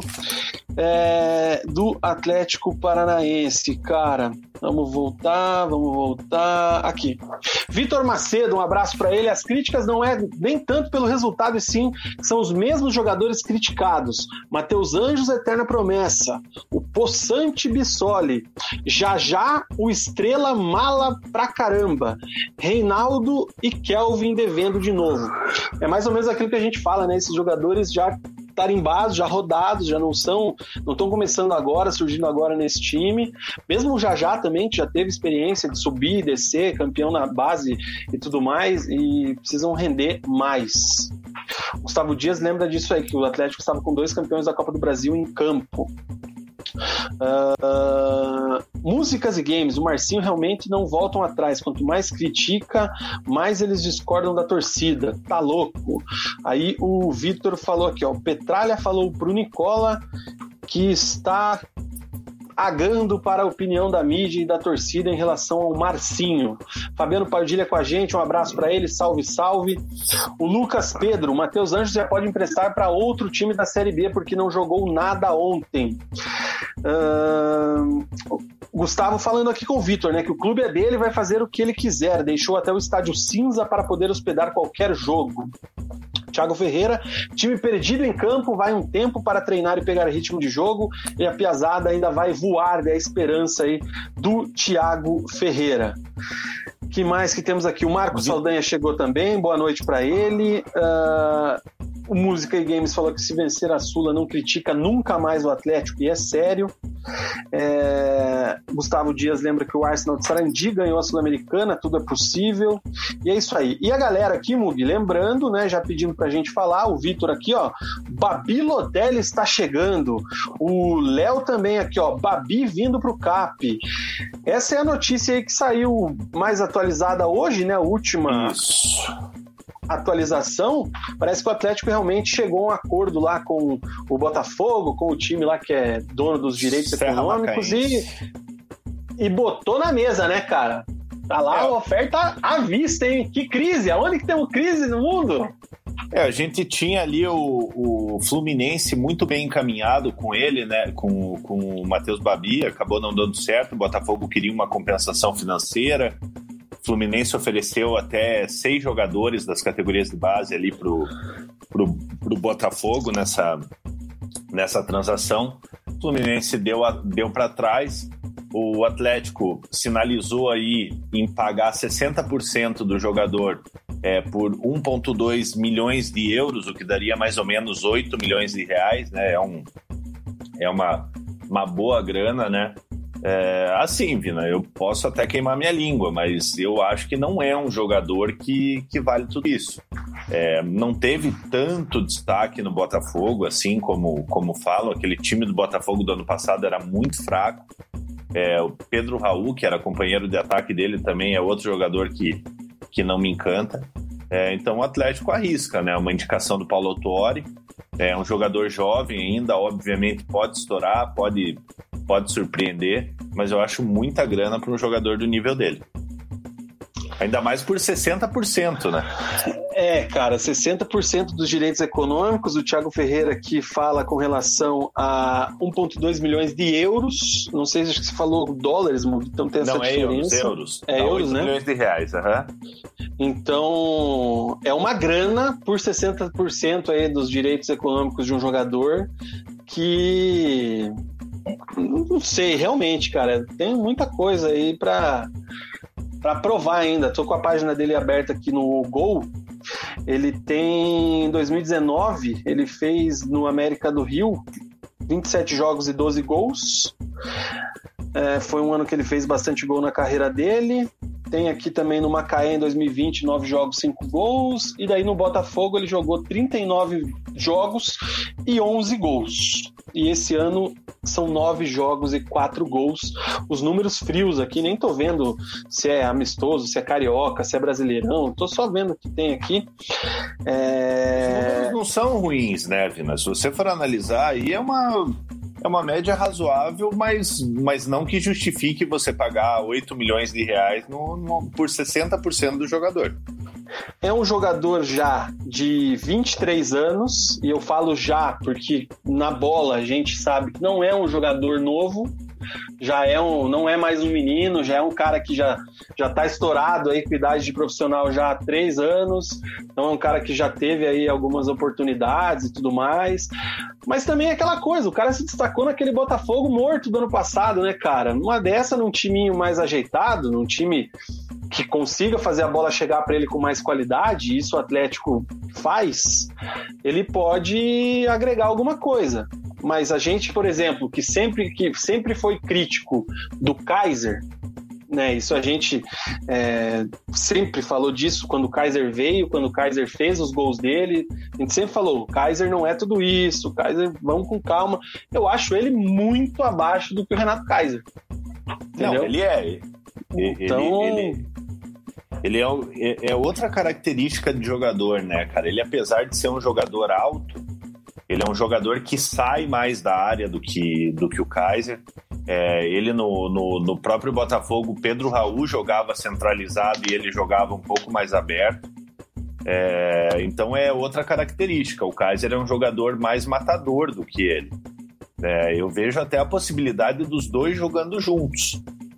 é, do Atlético Paranaense, cara. Vamos voltar, vamos voltar. Aqui. Vitor Macedo, um abraço para ele. As críticas não é nem tanto pelo resultado, e sim são os mesmos jogadores criticados. Matheus Anjos, eterna promessa. O Poçante Bissoli. Já já o Estrela mala pra caramba. Reinaldo e Kelvin devendo de novo. É mais ou menos aquilo que a gente fala, né? Esses jogadores já tarimbados, já rodados, já não são, não estão começando agora, surgindo agora nesse time. Mesmo o Jajá também, que já teve experiência de subir, descer, campeão na base e tudo mais, e precisam render mais. Gustavo Dias lembra disso aí, que o Atlético estava com dois campeões da Copa do Brasil em campo. Uh, músicas e games, o Marcinho realmente não voltam atrás. Quanto mais critica, mais eles discordam da torcida. Tá louco. Aí o Vitor falou aqui, ó, o Petralha falou pro Nicola que está agando para a opinião da mídia e da torcida em relação ao Marcinho. Fabiano Padilha com a gente, um abraço para ele, salve, salve. O Lucas Pedro, o Matheus Anjos já pode emprestar para outro time da Série B porque não jogou nada ontem. Uh... O Gustavo falando aqui com o Vitor, né, que o clube é dele e vai fazer o que ele quiser. Deixou até o estádio cinza para poder hospedar qualquer jogo. Thiago Ferreira, time perdido em campo, vai um tempo para treinar e pegar ritmo de jogo, e a piazada ainda vai voar, é a esperança aí do Thiago Ferreira. Que mais que temos aqui? O Marcos Saldanha chegou também, boa noite para ele. Uh, o Música e Games falou que se vencer a Sula não critica nunca mais o Atlético, e é sério. É... Gustavo Dias lembra que o Arsenal de Sarandi ganhou a Sul-Americana, tudo é possível, e é isso aí. E a galera aqui, Mugi, lembrando, né, já pedindo pra gente falar, o Vitor aqui, ó, Babi Lodelli está chegando, o Léo também aqui, ó, Babi vindo pro C A P. Essa é a notícia aí que saiu mais atualizada hoje, né, a última... Isso. Atualização, parece que o Atlético realmente chegou a um acordo lá com o Botafogo, com o time lá que é dono dos direitos Serra econômicos e, e botou na mesa, né, cara? Tá lá é. a oferta à vista, hein? Que crise! Aonde que temos crise no mundo? É, a gente tinha ali o, o Fluminense muito bem encaminhado com ele, né, com, com o Matheus Babi, acabou não dando certo, o Botafogo queria uma compensação financeira. Fluminense ofereceu até seis jogadores das categorias de base ali pro, pro, pro Botafogo nessa, nessa transação. O Fluminense deu, a, deu para trás. O Atlético sinalizou aí em pagar sessenta por cento do jogador é, por um vírgula dois milhões de euros, o que daria mais ou menos oito milhões de reais, né? É, um, é uma, uma boa grana, né? É, assim, Vina, eu posso até queimar minha língua, mas eu acho que não é um jogador que, que vale tudo isso. É, não teve tanto destaque no Botafogo, assim como, como falam. Aquele time do Botafogo do ano passado era muito fraco. É, o Pedro Raul, que era companheiro de ataque dele, também é outro jogador que, que não me encanta. É, então o Atlético arrisca, né? Uma indicação do Paulo Autuori. É um jogador jovem ainda, obviamente pode estourar, pode... pode surpreender, mas eu acho muita grana para um jogador do nível dele. Ainda mais por sessenta por cento, né? É, cara, sessenta por cento dos direitos econômicos. O Thiago Ferreira aqui fala com relação a um vírgula dois milhões de euros. Não sei se você falou dólares, então tem essa Não, diferença. É euros, euros. É Não, euros, né? milhões de reais, aham. Então, é uma grana por sessenta por cento aí dos direitos econômicos de um jogador que... Não sei, realmente, cara, tem muita coisa aí pra, pra provar ainda. Tô com a página dele aberta aqui no Gol. Ele tem, em dois mil e dezenove, ele fez no América do Rio vinte e sete jogos e doze gols. É, foi um ano que ele fez bastante gol na carreira dele. Tem aqui também no Macaé em dois mil e vinte, nove jogos, cinco gols. E daí no Botafogo ele jogou trinta e nove jogos e onze gols. E esse ano são nove jogos e quatro gols. Os números frios aqui, nem tô vendo se é amistoso, se é carioca, se é brasileirão. Tô só vendo o que tem aqui. É... Os números não são ruins, né, Vina? Se você for analisar, aí é uma... É uma média razoável, mas, mas não que justifique você pagar oito milhões de reais no, no, por sessenta por cento do jogador. É um jogador já de vinte e três anos, e eu falo já porque na bola a gente sabe que não é um jogador novo, já é um, não é mais um menino, já é um cara que já já está estourado aí com idade de profissional já há três anos, então é um cara que já teve aí algumas oportunidades e tudo mais, mas também é aquela coisa, o cara se destacou naquele Botafogo morto do ano passado, né, cara? Numa dessa, num timinho mais ajeitado, num time que consiga fazer a bola chegar para ele com mais qualidade, e isso o Atlético faz, ele pode agregar alguma coisa. Mas a gente, por exemplo, que sempre, que sempre foi crítico do Kaiser, né? Isso a gente é, sempre falou disso quando o Kaiser veio, quando o Kaiser fez os gols dele. A gente sempre falou, o Kaiser não é tudo isso, o Kaiser, vamos com calma. Eu acho ele muito abaixo do que o Renato Kaiser. Entendeu? Não, ele é. Então... Ele, ele, ele é, é outra característica de jogador, né, cara? Ele, apesar de ser um jogador alto, ele é um jogador que sai mais da área do que, do que o Kaiser. É, ele no, no, no próprio Botafogo, o Pedro Raul jogava centralizado e ele jogava um pouco mais aberto. É, então é outra característica. O Kaiser é um jogador mais matador do que ele. É, eu vejo até a possibilidade dos dois jogando juntos.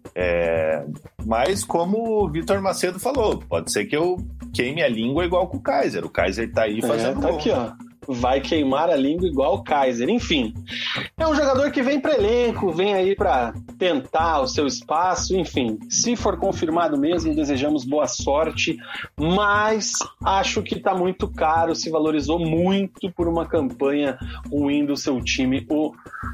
É, mas como o Vitor Macedo falou, pode ser que eu queime a língua igual com o Kaiser. O Kaiser tá aí fazendo é, tá gol. Aqui, ó. Vai queimar a língua igual o Kaiser. Enfim, é um jogador que vem para elenco, vem aí para tentar o seu espaço. Enfim, se for confirmado mesmo, desejamos boa sorte, mas acho que tá muito caro, se valorizou muito por uma campanha ruim do seu time, o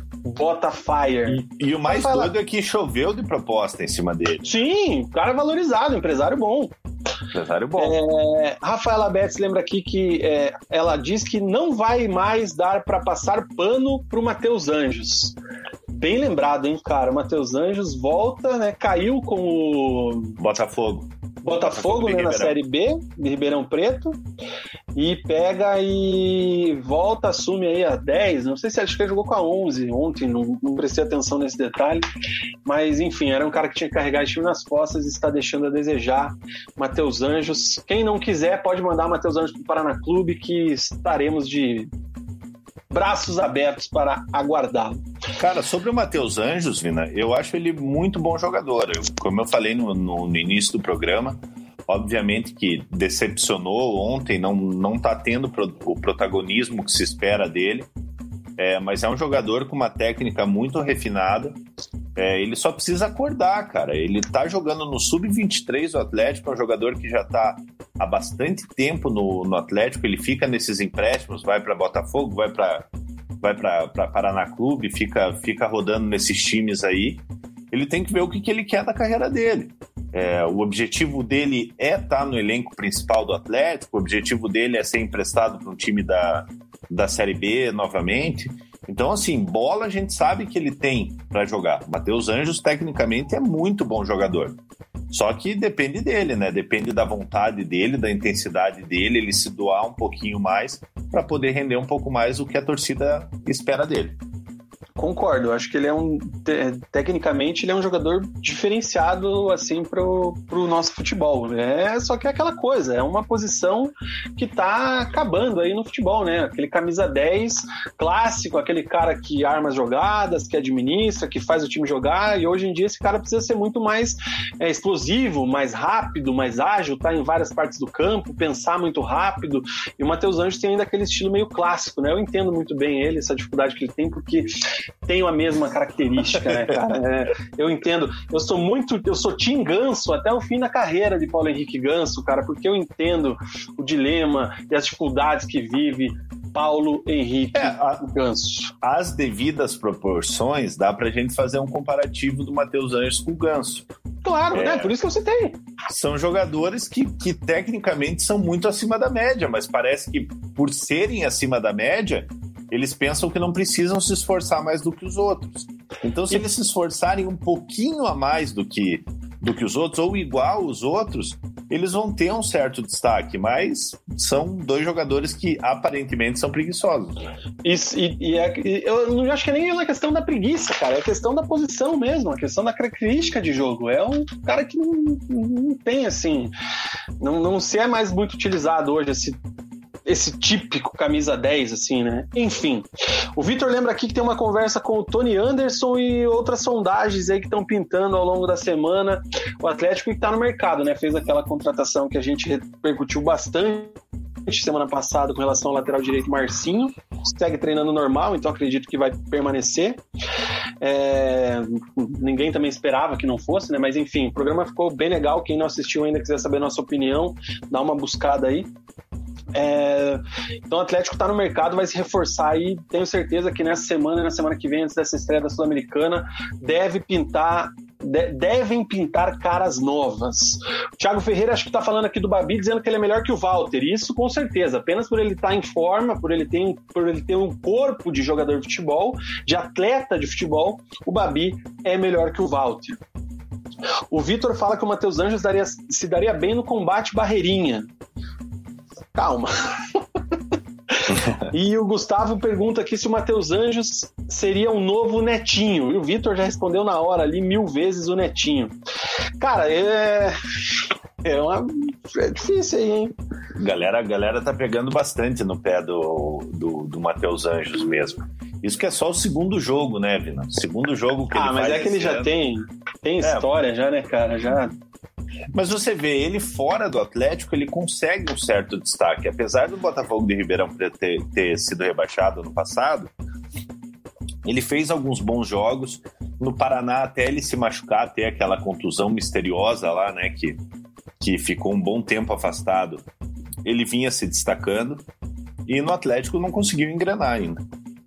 Botafire. E, e o mais Rafael... doido é que choveu de proposta em cima dele. Sim, cara valorizado, empresário bom. Empresário bom. É, Rafaela Betts lembra aqui que é, ela diz que não vai mais dar para passar pano pro Matheus Anjos. Bem lembrado, hein, cara? O Matheus Anjos volta, né? Caiu com o Botafogo. Botafogo, né, na Série B de Ribeirão Preto, e pega e volta, assume aí a dez, não sei se acho que ele jogou com a onze ontem, não, não prestei atenção nesse detalhe, mas enfim, era um cara que tinha que carregar o time nas costas e está deixando a desejar. Matheus Anjos, quem não quiser pode mandar Matheus Anjos para o Paraná Clube, que estaremos de braços abertos para aguardá-lo. Cara, sobre o Matheus Anjos, Vina, eu acho ele muito bom jogador. Eu, como eu falei no, no, no início do programa, obviamente que decepcionou ontem, não, não tá tendo pro, o protagonismo que se espera dele, é, mas é um jogador com uma técnica muito refinada. É, ele só precisa acordar, cara. Ele tá jogando no sub vinte e três do Atlético, é um jogador que já tá há bastante tempo no, no Atlético, ele fica nesses empréstimos, vai para Botafogo, vai para vai para Paraná Clube, fica, fica rodando nesses times aí. Ele tem que ver o que, que ele quer da carreira dele. É, o objetivo dele é estar no elenco principal do Atlético, o objetivo dele é ser emprestado para um time da, da Série B novamente. Então, assim, bola a gente sabe que ele tem para jogar. O Matheus Anjos, tecnicamente, é muito bom jogador. Só que depende dele, né? Depende da vontade dele, da intensidade dele, ele se doar um pouquinho mais para poder render um pouco mais o que a torcida espera dele. Concordo, eu acho que ele é um te, tecnicamente ele é um jogador diferenciado assim pro, pro nosso futebol, né? Só que é aquela coisa, é uma posição que tá acabando aí no futebol, né? Aquele camisa dez clássico, aquele cara que arma as jogadas, que administra, que faz o time jogar, e hoje em dia esse cara precisa ser muito mais é, explosivo, mais rápido, mais ágil, tá em várias partes do campo, pensar muito rápido, e o Matheus Anjos tem ainda aquele estilo meio clássico, né? Eu entendo muito bem ele, essa dificuldade que ele tem, porque tenho a mesma característica, né, cara? É, eu entendo. Eu sou muito... Eu sou Tim Ganso até o fim da carreira de Paulo Henrique Ganso, cara, porque eu entendo o dilema e as dificuldades que vive Paulo Henrique é, a, Ganso. As devidas proporções, dá pra gente fazer um comparativo do Matheus Anjos com o Ganso. Claro, é, né? Por isso que eu citei. São jogadores que, que tecnicamente são muito acima da média, mas parece que por serem acima da média, eles pensam que não precisam se esforçar mais do que os outros. Então, se e... eles se esforçarem um pouquinho a mais do que, do que os outros, ou igual os outros, eles vão ter um certo destaque, mas são dois jogadores que aparentemente são preguiçosos. Isso, e, e, é, e eu não acho que nem é uma questão da preguiça, cara, é a questão da posição mesmo, a questão da característica de jogo. É um cara que não, não tem, assim, não, não se é mais muito utilizado hoje, esse esse típico camisa dez, assim, né? Enfim, o Vitor lembra aqui que tem uma conversa com o Tony Anderson e outras sondagens aí que estão pintando ao longo da semana. O Atlético que tá no mercado, né? Fez aquela contratação que a gente repercutiu bastante semana passada com relação ao lateral direito Marcinho. Segue treinando normal, então acredito que vai permanecer. É... Ninguém também esperava que não fosse, né? Mas enfim, o programa ficou bem legal. Quem não assistiu ainda quiser saber a nossa opinião, dá uma buscada aí. É, então o Atlético está no mercado, vai se reforçar aí. Tenho certeza que nessa semana e na semana que vem, antes dessa estreia da Sul-Americana, deve pintar de, devem pintar caras novas. O Thiago Ferreira acho que está falando aqui do Babi, dizendo que ele é melhor que o Walter. Isso com certeza, apenas por ele estar em forma, por ele ter, por ele ter um corpo de jogador de futebol, de atleta de futebol, o Babi é melhor que o Walter. O Vitor fala que o Matheus Anjos daria, se daria bem no combate barreirinha. Calma. E o Gustavo pergunta aqui se o Matheus Anjos seria um novo Netinho. E o Vitor já respondeu na hora ali mil vezes o Netinho. Cara, é... É, uma... é difícil aí, hein? Galera, a galera tá pegando bastante no pé do, do, do Matheus Anjos mesmo. Isso que é só o segundo jogo, né, Vina? Segundo jogo que ah, ele mas faz é que ele já ano. tem, tem história é. já, né, cara? Já... Mas você vê, ele fora do Atlético, ele consegue um certo destaque. Apesar do Botafogo de Ribeirão Preto ter, ter sido rebaixado no passado, ele fez alguns bons jogos. No Paraná, até ele se machucar, ter aquela contusão misteriosa lá, né, que, que ficou um bom tempo afastado, ele vinha se destacando. E no Atlético não conseguiu engrenar ainda.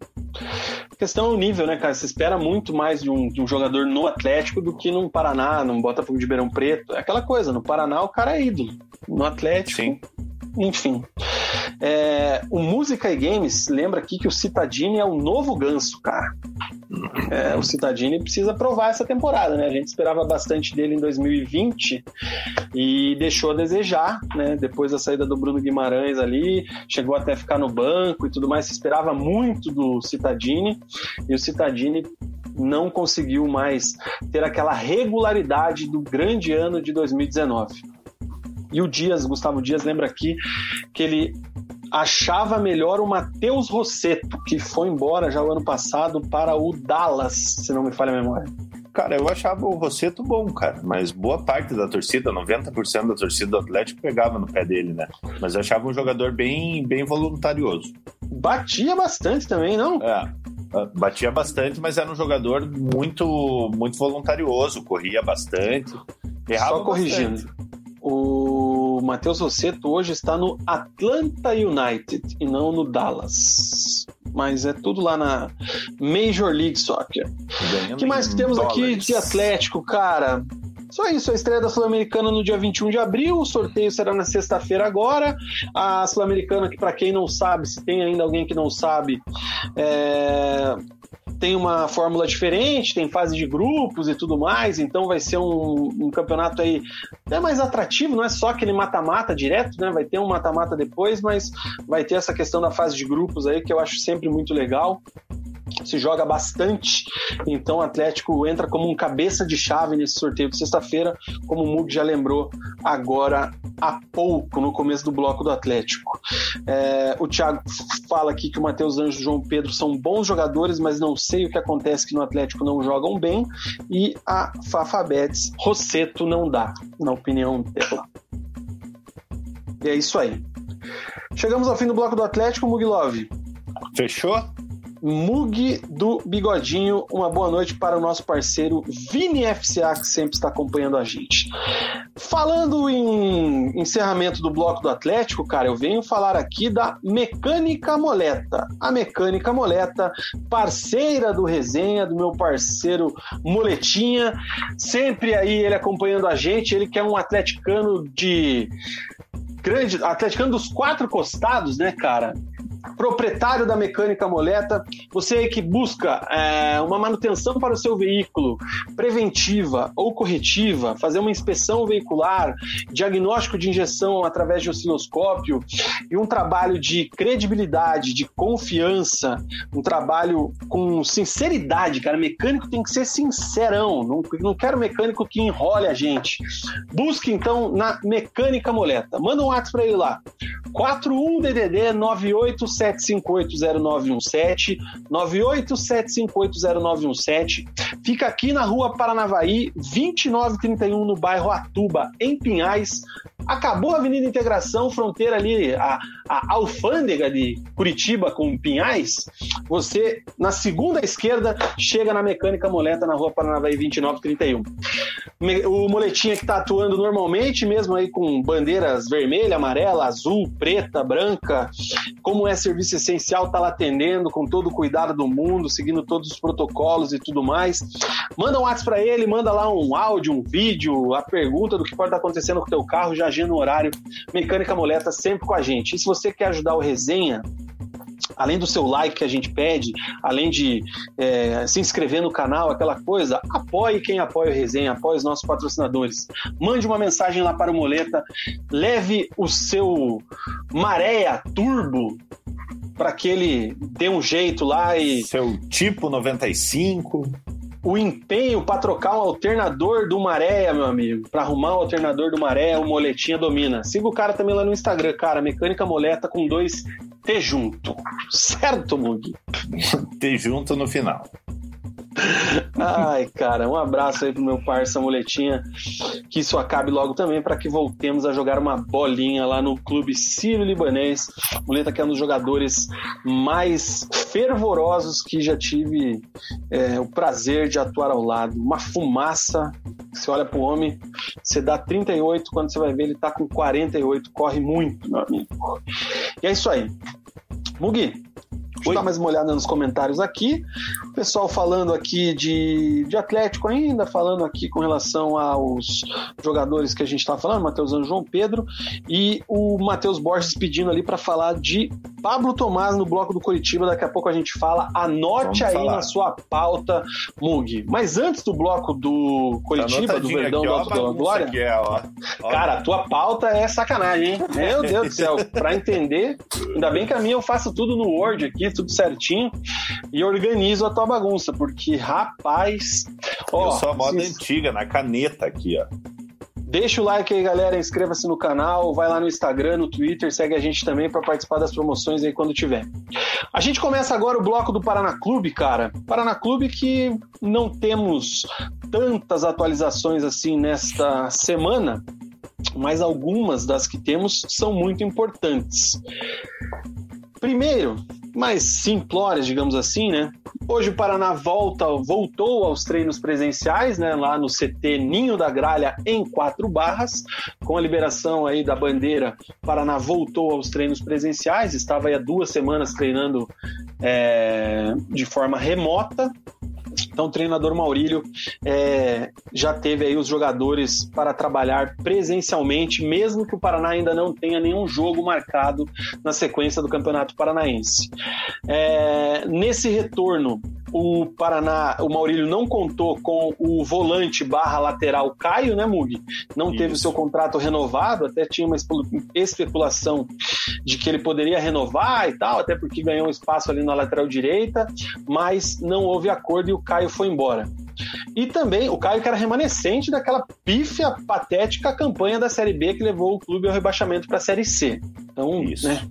A questão é o nível, né, cara? Você espera muito mais de um, de um jogador no Atlético do que no Paraná, no Botafogo de Ribeirão Preto. É aquela coisa, no Paraná o cara é ídolo. No Atlético, sim. Enfim. É, o Música e Games lembra aqui que o Cittadini é o novo Ganso, cara. É, o Cittadini precisa provar essa temporada, né? A gente esperava bastante dele em dois mil e vinte e deixou a desejar, né? Depois da saída do Bruno Guimarães ali, chegou até a ficar no banco e tudo mais. Se esperava muito do Cittadini e o Cittadini não conseguiu mais ter aquela regularidade do grande ano de dois mil e dezenove. E o Dias, Gustavo Dias, lembra aqui que ele achava melhor o Matheus Rossetto, que foi embora já o ano passado para o Dallas, se não me falha a memória. Cara, eu achava o Rossetto bom, cara, mas boa parte da torcida, noventa por cento da torcida do Atlético pegava no pé dele, né? Mas eu achava um jogador bem, bem voluntarioso. Batia bastante também, não? É, batia bastante, mas era um jogador muito, muito voluntarioso, corria bastante, errava Só corrigindo. bastante. O Matheus Rossetto hoje está no Atlanta United e não no Dallas. Mas é tudo lá na Major League Soccer. O que mais que temos dólares. Aqui de Atlético, cara? Só isso, a estreia da Sul-Americana no dia vinte e um de abril, o sorteio será na sexta-feira agora. A Sul-Americana, que para quem não sabe, se tem ainda alguém que não sabe, é... tem uma fórmula diferente, tem fase de grupos e tudo mais, então vai ser um, um campeonato aí até mais atrativo, não é só aquele mata-mata direto, né? Vai ter um mata-mata depois, mas vai ter essa questão da fase de grupos aí, que eu acho sempre muito legal. Se joga bastante, então o Atlético entra como um cabeça de chave nesse sorteio de sexta-feira, como o Mug já lembrou agora há pouco, no começo do bloco do Atlético. É, o Thiago fala aqui que o Matheus Anjos e o João Pedro são bons jogadores, mas não sei o que acontece que no Atlético não jogam bem, e a Fafa Betis, Rossetto não dá, na opinião dela. E é isso aí. Chegamos ao fim do bloco do Atlético, Mug Love. Fechou? Mug do Bigodinho, uma boa noite para o nosso parceiro Vini F C A, que sempre está acompanhando a gente. Falando em encerramento do bloco do Atlético, cara, eu venho falar aqui da Mecânica Moleta. A Mecânica Moleta, parceira do Resenha, do meu parceiro Moletinha, sempre aí ele acompanhando a gente, ele que é um atleticano de... grande, atleticano dos quatro costados, né, cara? Proprietário da Mecânica Moleta, você que busca é, uma manutenção para o seu veículo, preventiva ou corretiva, fazer uma inspeção veicular, diagnóstico de injeção através de osciloscópio e um trabalho de credibilidade, de confiança, um trabalho com sinceridade, cara. Mecânico tem que ser sincerão, não, não quero mecânico que enrole a gente. Busque então na Mecânica Moleta, manda um WhatsApp para ele lá, quatro um D D D nove oito sete cinco oito zero nove um sete, nove oito sete cinco oito zero nove um sete. Fica aqui na rua Paranavaí, vinte e nove trinta e um, no bairro Atuba, em Pinhais. Acabou a Avenida Integração, fronteira ali, a, a alfândega de Curitiba com Pinhais. Você, na segunda esquerda, chega na Mecânica Moleta, na rua Paranavaí, vinte e nove trinta e um. O Moletinha que está atuando normalmente, mesmo aí com bandeiras vermelha, amarela, azul, preta, branca, como é serviço essencial, está lá atendendo com todo o cuidado do mundo, seguindo todos os protocolos e tudo mais. Manda um WhatsApp para ele, manda lá um áudio, um vídeo, a pergunta do que pode estar acontecendo com o teu carro, já agenda no horário. Mecânica Moleta sempre com a gente. E se você quer ajudar o Resenha, além do seu like que a gente pede, além de é, se inscrever no canal, aquela coisa, apoie quem apoia o Resenha, apoie os nossos patrocinadores. Mande uma mensagem lá para o Moleta, leve o seu Maréia Turbo para que ele dê um jeito lá e... Seu tipo noventa e cinco... O empenho para trocar um alternador do Maréia, meu amigo. Para arrumar o alternador do Maréia, o Moletinha domina. Siga o cara também lá no Instagram, cara. Mecânica Moleta com dois T junto. Certo, Mug? T junto no final. Ai, cara, um abraço aí pro meu parça Muletinha, que isso acabe logo também, para que voltemos a jogar uma bolinha lá no Clube Sírio-Libanês. Muleta, que é um dos jogadores mais fervorosos que já tive é, o prazer de atuar ao lado. Uma fumaça, você olha pro homem, você dá trinta e oito, quando você vai ver ele tá com quarenta e oito, corre muito, meu amigo. E é isso aí. Mugi, deixa eu dar mais uma olhada nos comentários aqui. O pessoal falando aqui de, de Atlético ainda, falando aqui com relação aos jogadores que a gente está falando, Matheus Anjo, João Pedro, e o Matheus Borges pedindo ali para falar de Pablo Tomás no bloco do Coritiba. Daqui a pouco a gente fala. Anote Vamos aí falar. Na sua pauta, Mug. Mas antes do bloco do Coritiba, tá do Verdão aqui, do Alto da Glória, aqui é, ó. Ó. Cara, a tua pauta é sacanagem, hein? Meu Deus do céu. Para entender, ainda bem que a minha eu faço tudo no Word aqui, tudo certinho, e organizo a tua bagunça, porque, rapaz... Ó, eu sou a moda se... antiga, na caneta aqui, ó. Deixa o like aí, galera, inscreva-se no canal, vai lá no Instagram, no Twitter, segue a gente também para participar das promoções aí quando tiver. A gente começa agora o bloco do Paraná Clube, cara. Paraná Clube que não temos tantas atualizações assim nesta semana, mas algumas das que temos são muito importantes. Primeiro, mais simplórias, digamos assim, né? Hoje o Paraná volta, voltou aos treinos presenciais, né? Lá no C T Ninho da Gralha, em Quatro Barras, com a liberação aí da bandeira, o Paraná voltou aos treinos presenciais, estava aí há duas semanas treinando é, de forma remota. Então o treinador Maurílio é, já teve aí os jogadores para trabalhar presencialmente, mesmo que o Paraná ainda não tenha nenhum jogo marcado na sequência do Campeonato Paranaense. É, nesse retorno, o Paraná, o Maurílio não contou com o volante barra lateral Caio, né, Mug? Não Isso. teve o seu contrato renovado, até tinha uma especulação de que ele poderia renovar e tal, até porque ganhou um espaço ali na lateral direita, mas não houve acordo e o Caio foi embora. E também o Caio, que era remanescente daquela pífia, patética campanha da Série B que levou o clube ao rebaixamento para a Série C. Então, Isso. né?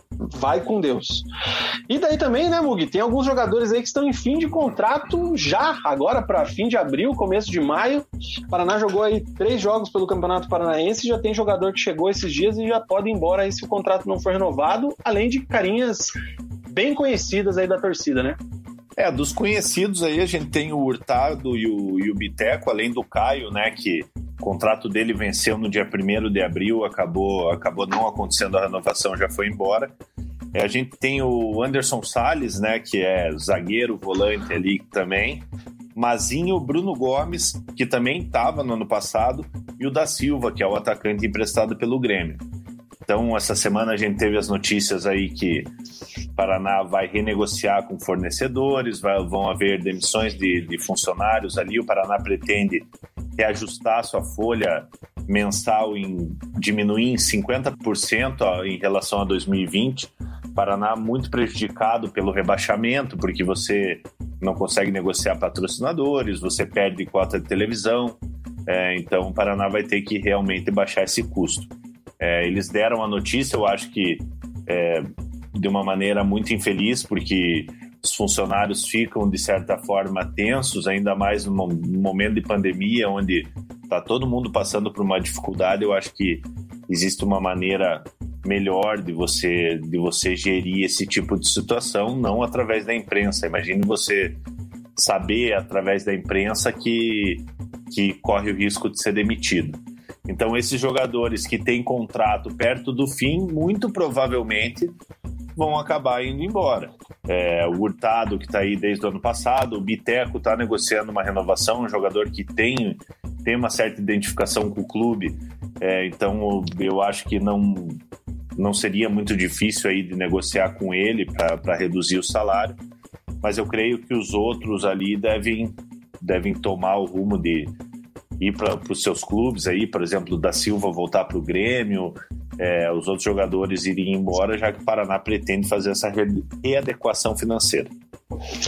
Vai com Deus. E daí também, né, Mug, tem alguns jogadores aí que estão em fim de contrato já, agora para fim de abril, começo de maio. O Paraná jogou aí três jogos pelo Campeonato Paranaense, já tem jogador que chegou esses dias e já pode ir embora aí se o contrato não for renovado, além de carinhas bem conhecidas aí da torcida, né? É, dos conhecidos aí a gente tem o Hurtado e o, e o Biteco, além do Caio, né, que o contrato dele venceu no dia primeiro de abril, acabou, acabou não acontecendo a renovação, já foi embora. É, a gente tem o Anderson Salles, né, que é zagueiro, volante ali também. Mazinho, Bruno Gomes, que também estava no ano passado, e o da Silva, que é o atacante emprestado pelo Grêmio. Então, essa semana a gente teve as notícias aí que o Paraná vai renegociar com fornecedores, vai, vão haver demissões de, de funcionários ali. O Paraná pretende reajustar sua folha mensal, em diminuir em cinquenta por cento ó, em relação a dois mil e vinte. O Paraná muito prejudicado pelo rebaixamento, porque você não consegue negociar patrocinadores, você perde cota de televisão. É, então, o Paraná vai ter que realmente baixar esse custo. É, eles deram a notícia, eu acho que é, de uma maneira muito infeliz, porque os funcionários ficam, de certa forma, tensos, ainda mais num momento de pandemia, onde está todo mundo passando por uma dificuldade. Eu acho que existe uma maneira melhor de você, de você gerir esse tipo de situação, não através da imprensa. Imagine você saber, através da imprensa, que, que corre o risco de ser demitido. Então, esses jogadores que têm contrato perto do fim, muito provavelmente vão acabar indo embora. É, o Hurtado, que está aí desde o ano passado, o Biteco está negociando uma renovação, um jogador que tem, tem uma certa identificação com o clube. É, então, eu acho que não, não seria muito difícil aí de negociar com ele para reduzir o salário. Mas eu creio que os outros ali devem, devem tomar o rumo de ir para os seus clubes aí, por exemplo, o da Silva voltar para o Grêmio, é, os outros jogadores irem embora, já que o Paraná pretende fazer essa readequação financeira.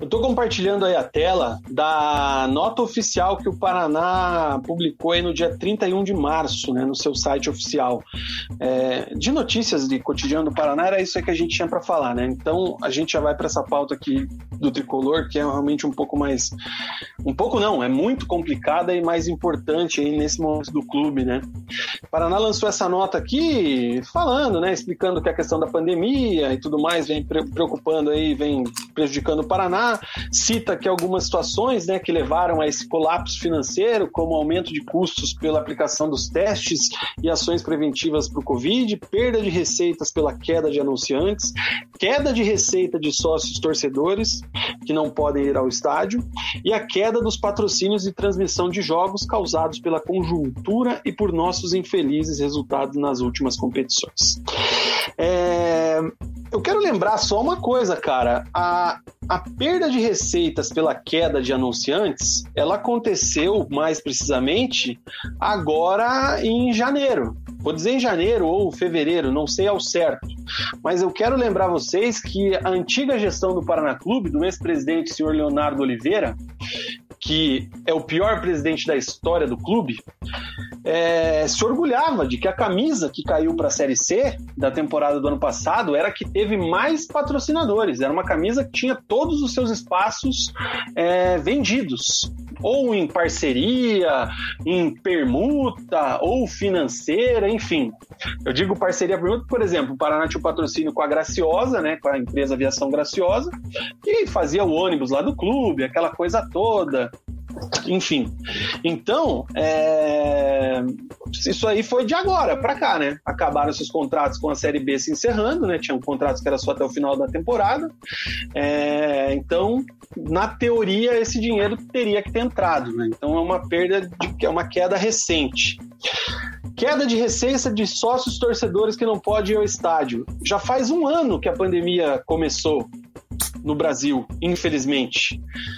Eu estou compartilhando aí a tela da nota oficial que o Paraná publicou aí no dia trinta e um de março, né, no seu site oficial. É, de notícias de cotidiano do Paraná, era isso aí que a gente tinha para falar, né? Então, a gente já vai para essa pauta aqui do Tricolor, que é realmente um pouco mais... Um pouco não, é muito complicada e mais importante aí nesse momento do clube, né? O Paraná lançou essa nota aqui falando, né, explicando que a questão da pandemia e tudo mais vem preocupando aí, vem prejudicando o Paraná. Cita que algumas situações, né, que levaram a esse colapso financeiro, como aumento de custos pela aplicação dos testes e ações preventivas para o Covid, perda de receitas pela queda de anunciantes, queda de receita de sócios torcedores que não podem ir ao estádio e a queda dos patrocínios e transmissão de jogos causados pela conjuntura e por nossos infelizes resultados nas últimas competições. É... Eu quero lembrar só uma coisa, cara. A, a perda de receitas pela queda de anunciantes, ela aconteceu mais precisamente agora em janeiro. Vou dizer em janeiro ou fevereiro, não sei ao certo. Mas eu quero lembrar vocês que a antiga gestão do Paraná Clube, do ex-presidente senhor Leonardo Oliveira, que é o pior presidente da história do clube, é, se orgulhava de que a camisa que caiu para a Série C da temporada do ano passado era a que teve mais patrocinadores. Era uma camisa que tinha todos os seus espaços é, vendidos, ou em parceria, em permuta, ou financeira, enfim. Eu digo parceria, permuta, por exemplo, o Paraná tinha o patrocínio com a Graciosa, né, com a empresa Aviação Graciosa, que fazia o ônibus lá do clube, aquela coisa toda. Enfim, então é... isso aí foi de agora pra cá, né? Acabaram esses contratos com a Série B se encerrando, né? Tinham contratos que era só até o final da temporada. É... Então, na teoria, esse dinheiro teria que ter entrado, né? Então é uma perda, de... é uma queda recente. Queda de receita de sócios torcedores que não podem ir ao estádio. Já faz um ano que a pandemia começou no Brasil, infelizmente.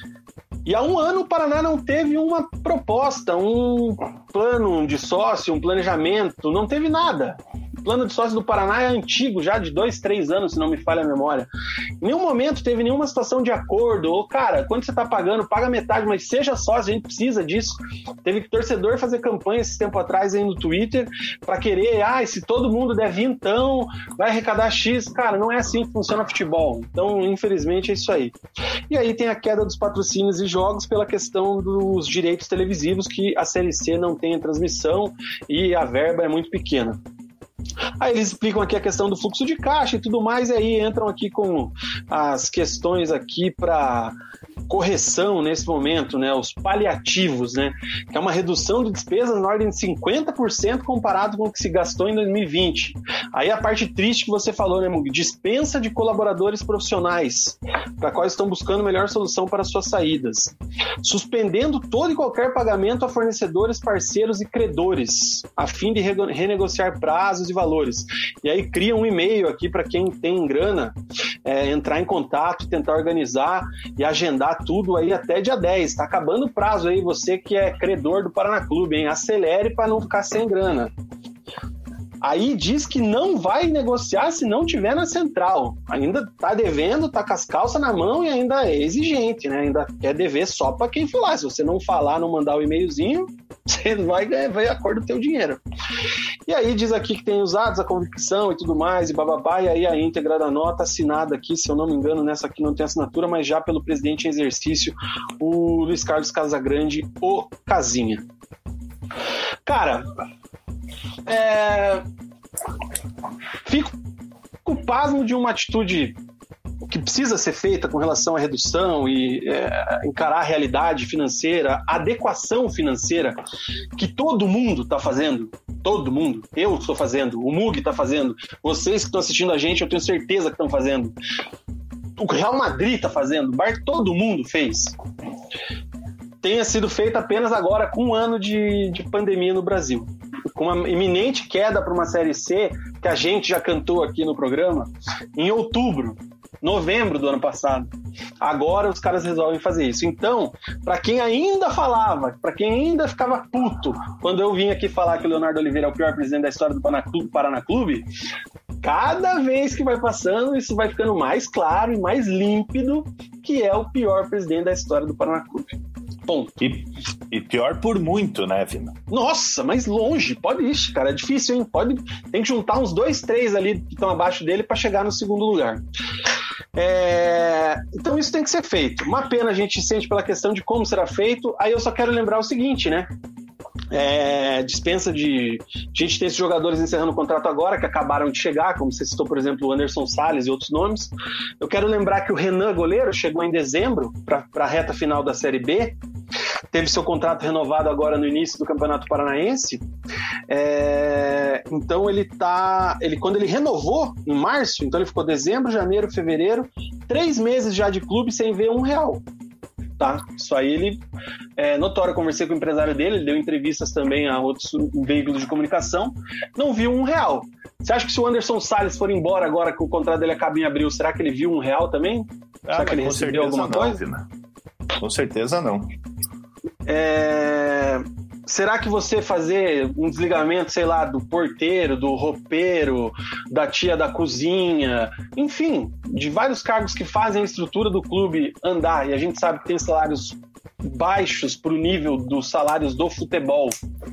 E há um ano o Paraná não teve uma proposta, um plano de sócio, um planejamento, não teve nada. O plano de sócio do Paraná é antigo, já de dois, três anos, se não me falha a memória. Em nenhum momento teve nenhuma situação de acordo. Ou, cara, quando você está pagando, paga metade, mas seja sócio, a gente precisa disso. Teve que torcedor fazer campanha esse tempo atrás aí no Twitter para querer, ah, se todo mundo der vir, então vai arrecadar X. Cara, não é assim que funciona futebol. Então, infelizmente, é isso aí. E aí tem a queda dos patrocínios e jogos pela questão dos direitos televisivos, que a Série C não tem a transmissão e a verba é muito pequena. Aí eles explicam aqui a questão do fluxo de caixa e tudo mais, e aí entram aqui com as questões aqui para correção nesse momento, né, os paliativos, né, que é uma redução de despesas na ordem de cinquenta por cento comparado com o que se gastou em dois mil e vinte. Aí a parte triste que você falou, né, Mug? Dispensa de colaboradores profissionais, para quais estão buscando melhor solução para suas saídas. Suspendendo todo e qualquer pagamento a fornecedores, parceiros e credores, a fim de renegociar prazos e valores. E aí cria um e-mail aqui para quem tem grana, é, entrar em contato, tentar organizar e agendar tudo aí até dia dez. Tá acabando o prazo aí, você que é credor do Paraná Clube, hein? Acelere para não ficar sem grana. Aí diz que não vai negociar se não tiver na central. Ainda tá devendo, tá com as calças na mão e ainda é exigente, né? Ainda quer dever só para quem for lá. Se você não falar, não mandar o e-mailzinho, você vai ganhar a cor do teu dinheiro. E aí diz aqui que tem os atos, a convicção e tudo mais, e bababá, e aí a íntegra da nota assinada aqui, se eu não me engano, nessa aqui não tem assinatura, mas já pelo presidente em exercício, o Luiz Carlos Casagrande, o Casinha. Cara, é... fico com pasmo de uma atitude que precisa ser feita com relação à redução e é, encarar a realidade financeira, a adequação financeira que todo mundo está fazendo, todo mundo, eu estou fazendo, o Mug está fazendo, vocês que estão assistindo a gente, eu tenho certeza que estão fazendo, o Real Madrid está fazendo, o Bar, todo mundo fez. Tenha sido feita apenas agora com um ano de, de pandemia no Brasil, com uma iminente queda para uma Série C que a gente já cantou aqui no programa em outubro, novembro do ano passado. Agora os caras resolvem fazer isso. Então, para quem ainda falava, para quem ainda ficava puto quando eu vim aqui falar que o Leonardo Oliveira é o pior presidente da história do Paraná Clube, cada vez que vai passando, isso vai ficando mais claro e mais límpido que é o pior presidente da história do Paraná Clube. Ponto. E, e pior por muito, né, Vina? Nossa, mas longe. Pode ir, cara. É difícil, hein? Pode... Tem que juntar uns dois, três ali que estão abaixo dele para chegar no segundo lugar. É... Então isso tem que ser feito. Uma pena a gente sente pela questão de como será feito. Aí eu só quero lembrar o seguinte, né? É, dispensa de... A gente tem esses jogadores encerrando o contrato agora, que acabaram de chegar, como você citou, por exemplo, o Anderson Salles e outros nomes. Eu quero lembrar que o Renan, goleiro, chegou em dezembro para a reta final da Série B, teve seu contrato renovado agora no início do Campeonato Paranaense. É, então ele tá... Ele, quando ele renovou, em março, então ele ficou dezembro, janeiro, fevereiro, três meses já de clube sem ver um real. Tá? Isso aí ele é notório. Eu conversei com o empresário dele, ele deu entrevistas também a outros veículos de comunicação, não viu um real. Você acha que se o Anderson Salles for embora agora que o contrato dele acaba em abril, será que ele viu um real também? Ah, será que ele recebeu alguma não, coisa? Vina. Com certeza não. É... Será que você fazer um desligamento, sei lá, do porteiro, do roupeiro, da tia da cozinha, enfim, de vários cargos que fazem a estrutura do clube andar, e a gente sabe que tem salários baixos para o nível dos salários do futebol,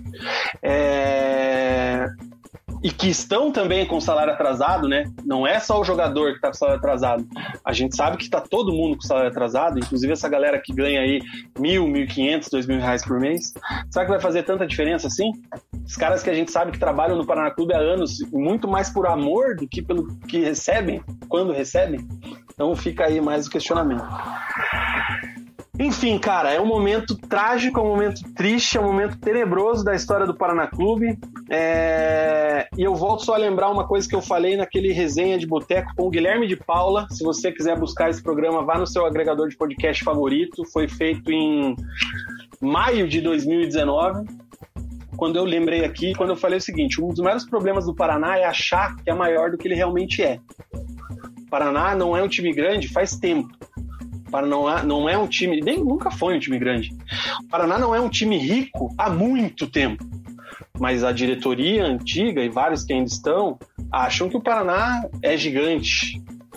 é... e que estão também com salário atrasado, né? Não é só o jogador que está com salário atrasado. A gente sabe que está todo mundo com salário atrasado, inclusive essa galera que ganha aí mil, mil e quinhentos, dois mil reais por mês. Será que vai fazer tanta diferença assim? Os caras que a gente sabe que trabalham no Paraná Clube há anos, muito mais por amor do que pelo que recebem, quando recebem. Então fica aí mais o questionamento. Enfim, cara, é um momento trágico, é um momento triste, é um momento tenebroso da história do Paraná Clube. É... E eu volto só a lembrar uma coisa que eu falei naquele resenha de boteco com o Guilherme de Paula. Se você quiser buscar esse programa, vá no seu agregador de podcast favorito. Foi feito em maio de dois mil e dezenove. Quando eu lembrei aqui, quando eu falei o seguinte: um dos maiores problemas do Paraná é achar que é maior do que ele realmente é. O Paraná não é um time grande faz tempo. Paraná não é um time, nem nunca foi um time grande. O Paraná não é um time rico há muito tempo, mas a diretoria antiga e vários que ainda estão acham que o Paraná é gigante.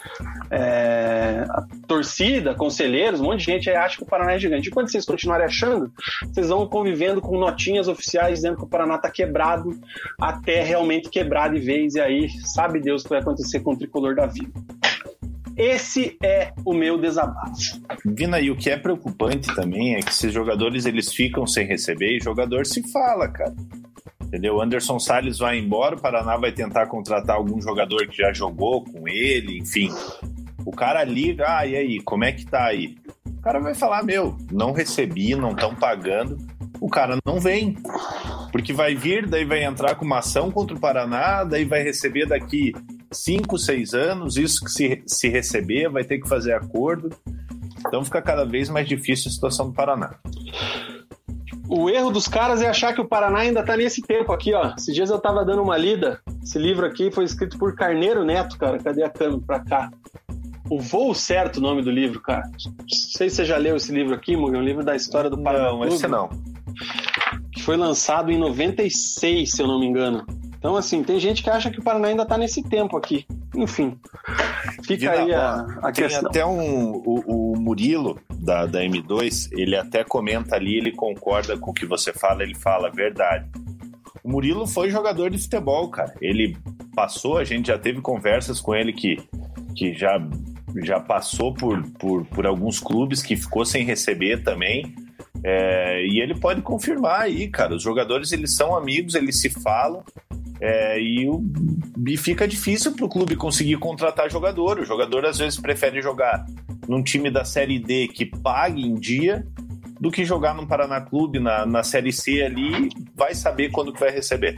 É, a torcida, conselheiros, um monte de gente aí acha que o Paraná é gigante. E quando vocês continuarem achando, vocês vão convivendo com notinhas oficiais dizendo que o Paraná está quebrado, até realmente quebrar de vez, e aí sabe Deus o que vai acontecer com o tricolor da vida. Esse é o meu desabafo. Vina, e o que é preocupante também é que esses jogadores eles ficam sem receber e jogador se fala, cara. Entendeu? O Anderson Salles vai embora, o Paraná vai tentar contratar algum jogador que já jogou com ele, enfim. O cara liga, ah, e aí, como é que tá aí? O cara vai falar, meu, não recebi, não estão pagando. O cara não vem, porque vai vir, daí vai entrar com uma ação contra o Paraná, daí vai receber daqui cinco, seis anos, isso que se, se receber vai ter que fazer acordo. Então fica cada vez mais difícil a situação do Paraná. O erro dos caras é achar que o Paraná ainda tá nesse tempo aqui, ó. Esses dias eu tava dando uma lida, esse livro aqui foi escrito por Carneiro Neto, cara. Cadê a câmera pra cá? O Voo Certo, o nome do livro, cara. Não sei se você já leu esse livro aqui, Mugi, é um livro da história do Paraná. Não, esse não. Que foi lançado em noventa e seis, se eu não me engano. Então, assim, tem gente que acha que o Paraná ainda tá nesse tempo aqui. Enfim, fica Vina, aí a, a tem questão. Tem até um, o, o Murilo, da, da M dois, ele até comenta ali, ele concorda com o que você fala, ele fala, verdade. O Murilo foi jogador de futebol, cara. Ele passou, a gente já teve conversas com ele que, que já, já passou por, por, por alguns clubes, que ficou sem receber também. É, e ele pode confirmar aí, cara. Os jogadores, eles são amigos, eles se falam. É, e, o, e fica difícil para o clube conseguir contratar jogador. O jogador às vezes prefere jogar num time da Série D que pague em dia do que jogar num Paraná Clube na, na Série C ali, vai saber quando que vai receber.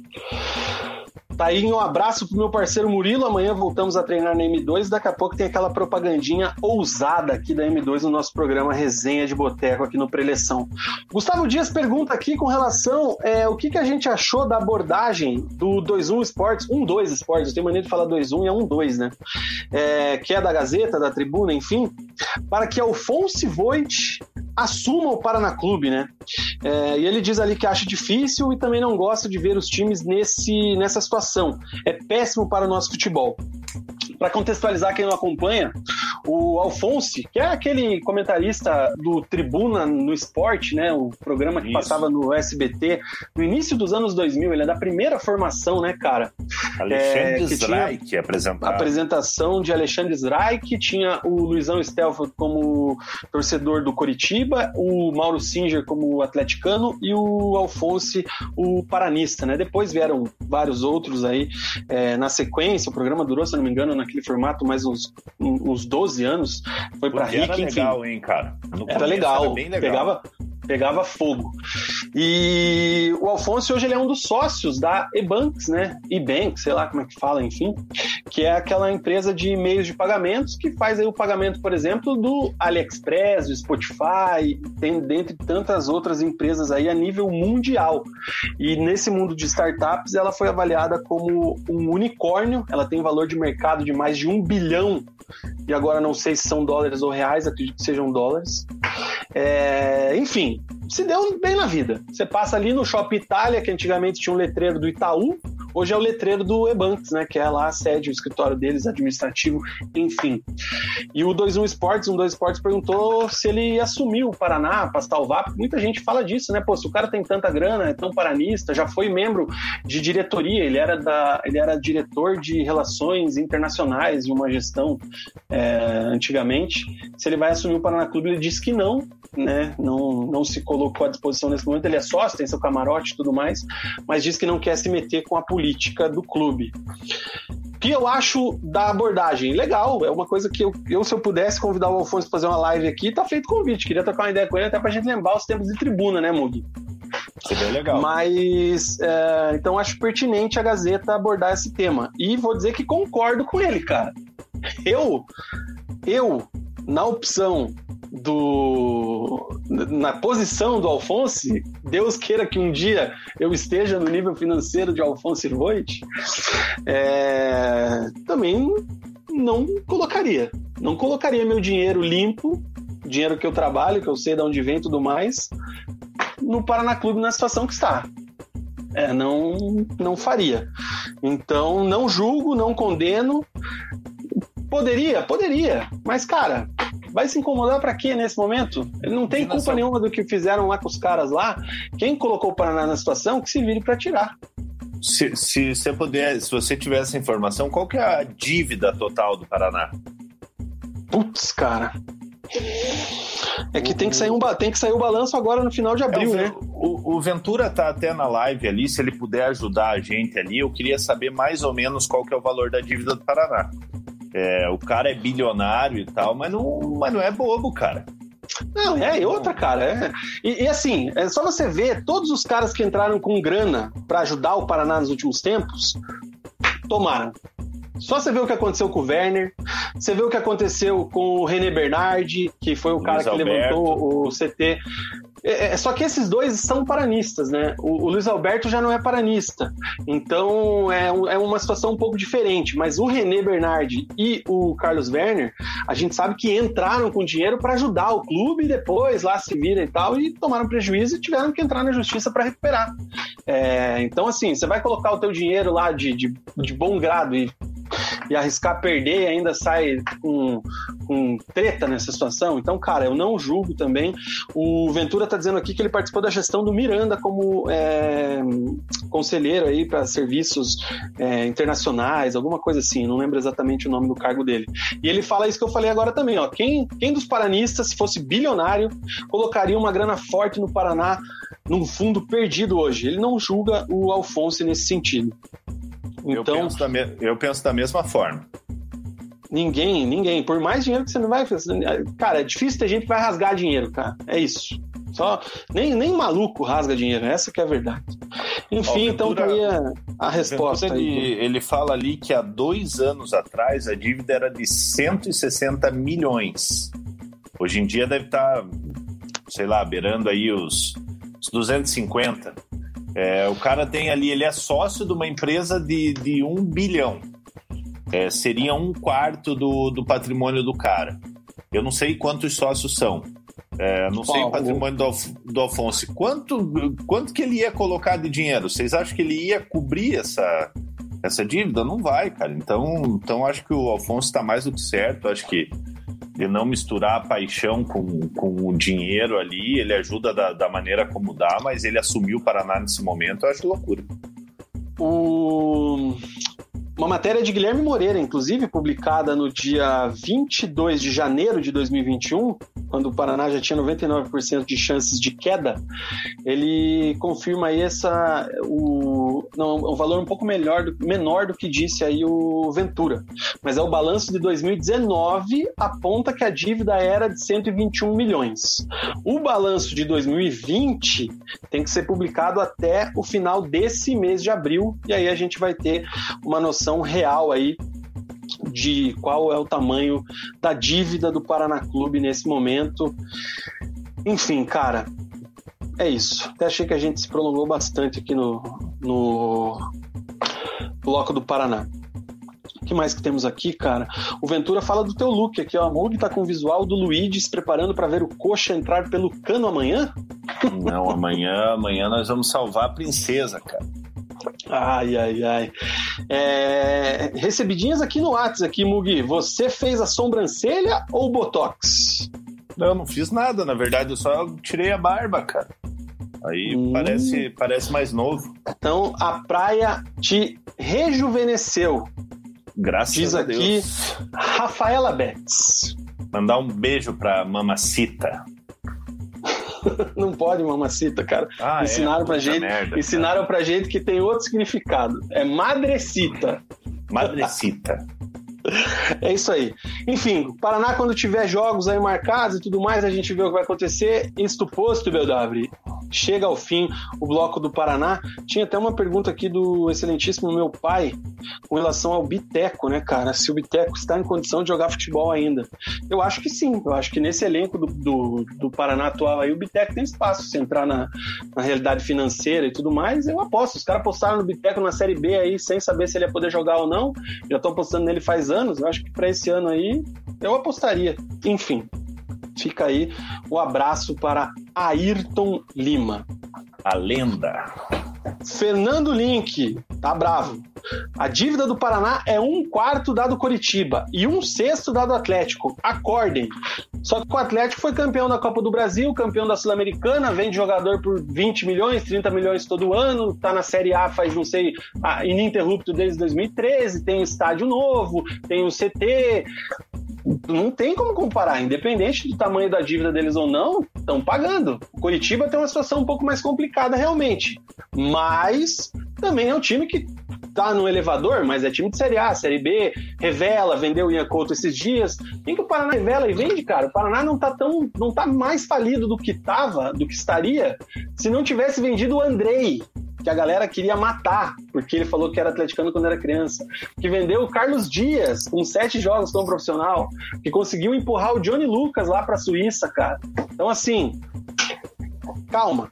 Tá aí, um abraço pro meu parceiro Murilo. Amanhã voltamos a treinar na M dois. Daqui a pouco tem aquela propagandinha ousada aqui da M dois no nosso programa Resenha de Boteco aqui no Preleção. Gustavo Dias pergunta aqui com relação é, o que, que a gente achou da abordagem do dois um Esportes, um dois Esportes, eu tenho maneira de falar dois um e é um dois, né? É, que é da Gazeta, da Tribuna, enfim, para que Alphonse Voit assuma o Paraná Clube, né? É, e ele diz ali que acha difícil e também não gosta de ver os times nesse, nessa situação. É péssimo para o nosso futebol. Para contextualizar quem não acompanha, o Alphonse, que é aquele comentarista do Tribuna no Esporte, né, o programa que Isso. passava no S B T no início dos anos dois mil, ele é da primeira formação, né, cara? Alexandre é, Zraik apresentava. A apresentação de Alexandre Zraik, tinha o Luizão Stelfo como torcedor do Coritiba, o Mauro Singer como atleticano e o Alphonse, o paranista, né? Depois vieram vários outros aí é, na sequência, o programa durou, se não me engano, naquele formato mais uns, uns doze anos, foi pra Rick, era enfim. legal, hein, cara? No era legal, era bem legal. Pegava, pegava fogo. E o Alphonse hoje ele é um dos sócios da eBanks, né? eBank, sei lá como é que fala, enfim, que é aquela empresa de meios de pagamentos que faz aí o pagamento, por exemplo, do AliExpress, do Spotify, tem dentre tantas outras empresas aí a nível mundial. E nesse mundo de startups, ela foi avaliada como um unicórnio, ela tem valor de mercado de mais de um bilhão, e agora não sei se são dólares ou reais, acredito que sejam dólares. É, enfim, se deu bem na vida. Você passa ali no Shopping Itália, que antigamente tinha um letreiro do Itaú, hoje é o letreiro do eBanks, né, que é lá a sede, o escritório deles, administrativo, enfim. E o dois um Esportes, um dois Esportes perguntou se ele assumiu o Paraná para salvar, porque muita gente fala disso, né, pô, se o cara tem tanta grana, é tão paranista, já foi membro de diretoria, ele era, da, ele era diretor de relações internacionais de uma gestão é, antigamente, se ele vai assumir o Paraná Clube, ele disse que não, né, não, não se colocou à disposição nesse momento, ele é sócio, tem seu camarote e tudo mais, mas diz que não quer se meter com a política do clube. O que eu acho da abordagem? Legal, é uma coisa que eu, eu se eu pudesse convidar o Alphonse para fazer uma live aqui, tá feito o convite, queria trocar uma ideia com ele até pra gente lembrar os tempos de tribuna, né, Mugi? Seria legal. Mas, é, então acho pertinente a Gazeta abordar esse tema. E vou dizer que concordo com ele, cara. Eu, eu, na opção do... na posição do Alphonse, Deus queira que um dia eu esteja no nível financeiro de Alphonse Voit, é, também não colocaria. Não colocaria meu dinheiro limpo, dinheiro que eu trabalho, que eu sei de onde vem e tudo mais, no Paraná Clube na situação que está. É, não, não faria. Então, não julgo, não condeno. Poderia? Poderia. Mas, cara, vai se incomodar pra quê nesse momento? Ele não tem culpa nenhuma do que fizeram lá com os caras lá. Quem colocou o Paraná na situação, que se vire pra tirar. Se, se você puder, se você tiver essa informação, qual que é a dívida total do Paraná? Putz, cara... É que, o, tem, que sair um, tem que sair o balanço agora no final de abril, é, o, né? O, o Ventura tá até na live ali, se ele puder ajudar a gente ali, eu queria saber mais ou menos qual que é o valor da dívida do Paraná. É, o cara é bilionário e tal, mas não, mas não é bobo, cara. Não, é outra, cara. É. E, e assim, é só você ver todos os caras que entraram com grana pra ajudar o Paraná nos últimos tempos, tomaram. Só você vê o que aconteceu com o Werner, você vê o que aconteceu com o René Bernardi, que foi o Luiz cara que Alberto. levantou o C T. É, é, só que esses dois são paranistas, né? O, o Luiz Alberto já não é paranista. Então é, é uma situação um pouco diferente. Mas o René Bernardi e o Carlos Werner, a gente sabe que entraram com dinheiro para ajudar o clube e depois lá se vira e tal, e tomaram prejuízo e tiveram que entrar na justiça para recuperar. É, então, assim, você vai colocar o teu dinheiro lá de, de, de bom grado e e arriscar perder e ainda sai com, com treta nessa situação. Então, cara, eu não julgo também. O Ventura tá dizendo aqui que ele participou da gestão do Miranda como é, conselheiro aí para serviços é, internacionais, alguma coisa assim, não lembro exatamente o nome do cargo dele. E ele fala isso que eu falei agora também, ó. Quem, quem dos paranistas, se fosse bilionário, colocaria uma grana forte no Paraná num fundo perdido hoje? Ele não julga o Alphonse nesse sentido. Então, eu, penso da me... eu penso da mesma forma. Ninguém, ninguém. Por mais dinheiro que você não vai... Cara, é difícil ter gente que vai rasgar dinheiro, cara. É isso. Só... Nem, nem maluco rasga dinheiro. Essa que é a verdade. Enfim, Ó, então tá aí a, a resposta. Ventura, ele, ele fala ali que há dois anos atrás a dívida era de cento e sessenta milhões. Hoje em dia deve estar, sei lá, beirando aí os, os duzentos e cinquenta. É, o cara tem ali, ele é sócio de uma empresa de, de um bilhão. É, seria um quarto do, do patrimônio do cara. Eu não sei quantos sócios são, É, não sei o patrimônio do, Alf, do Alphonse. Quanto, quanto que ele ia colocar de dinheiro? Vocês acham que ele ia cobrir essa, essa dívida? Não vai, cara. Então, então acho que o Alphonse está mais do que certo. Acho que de não misturar a paixão com, com o dinheiro ali, ele ajuda da, da maneira como dá, mas ele assumiu o Paraná nesse momento, eu acho loucura. O... Uma matéria de Guilherme Moreira, inclusive, publicada no dia vinte e dois de janeiro de dois mil e vinte e um, quando o Paraná já tinha noventa e nove por cento de chances de queda, ele confirma aí essa, o, não, um valor um pouco melhor do, menor do que disse aí o Ventura. Mas é o balanço de dois mil e dezenove, aponta que a dívida era de cento e vinte e um milhões. O balanço de dois mil e vinte tem que ser publicado até o final desse mês de abril, e aí a gente vai ter uma noção real aí de qual é o tamanho da dívida do Paraná Clube nesse momento. Enfim, cara, é isso. Até achei que a gente se prolongou bastante aqui no, no bloco do Paraná. O que mais que temos aqui, cara? O Ventura fala do teu look aqui, ó. A Mug tá com o visual do Luigi se preparando para ver o Coxa entrar pelo cano amanhã? Não, amanhã, amanhã nós vamos salvar a princesa, cara. Ai, ai, ai. É... Recebidinhas aqui no WhatsApp, aqui, Mugi. Você fez a sobrancelha ou Botox? Não, eu não fiz nada. Na verdade, eu só tirei a barba, cara. Aí hum. parece, parece mais novo. Então, a praia te rejuvenesceu. Graças Diz a Deus. Diz aqui Rafaela Betts. Mandar um beijo pra Mamacita. Não pode, Mamacita, cara. Ah, ensinaram é, pra gente, merda, ensinaram pra gente que tem outro significado. É Madrecita. Madrecita. É isso aí. Enfim, o Paraná, quando tiver jogos aí marcados e tudo mais, a gente vê o que vai acontecer. Isto posto, B W, chega ao fim o bloco do Paraná. Tinha até uma pergunta aqui do excelentíssimo meu pai com relação ao Biteco, né, cara? Se o Biteco está em condição de jogar futebol ainda. Eu acho que sim. Eu acho que nesse elenco do, do, do Paraná atual aí, o Biteco tem espaço. Se entrar na, na realidade financeira e tudo mais, eu aposto. Os caras apostaram no Biteco na Série B aí, sem saber se ele ia poder jogar ou não. Já estão apostando nele faz anos, eu acho que para esse ano aí eu apostaria. Enfim, fica aí o abraço para Ayrton Lima, a lenda. Fernando Link, tá bravo. A dívida do Paraná é um quarto da do Coritiba e um sexto da do Atlético. Acordem. Só que o Atlético foi campeão da Copa do Brasil, campeão da Sul-Americana, vende jogador por vinte milhões, trinta milhões todo ano, tá na Série A faz, não sei, ininterrupto desde dois mil e treze, tem um estádio novo, tem um C T... Não tem como comparar, independente do tamanho da dívida deles ou não, estão pagando. O Coritiba tem uma situação um pouco mais complicada realmente, mas também é um time que tá no elevador, mas é time de Série A, Série B, revela, vendeu o Ian Couto esses dias. Quem que o Paraná revela e vende, cara? O Paraná não tá tão, não tá mais falido do que tava, do que estaria, se não tivesse vendido o Andrei, que a galera queria matar, porque ele falou que era atleticano quando era criança, que vendeu o Carlos Dias, com sete jogos como profissional, que conseguiu empurrar o Johnny Lucas lá pra Suíça, cara. Então, assim, calma.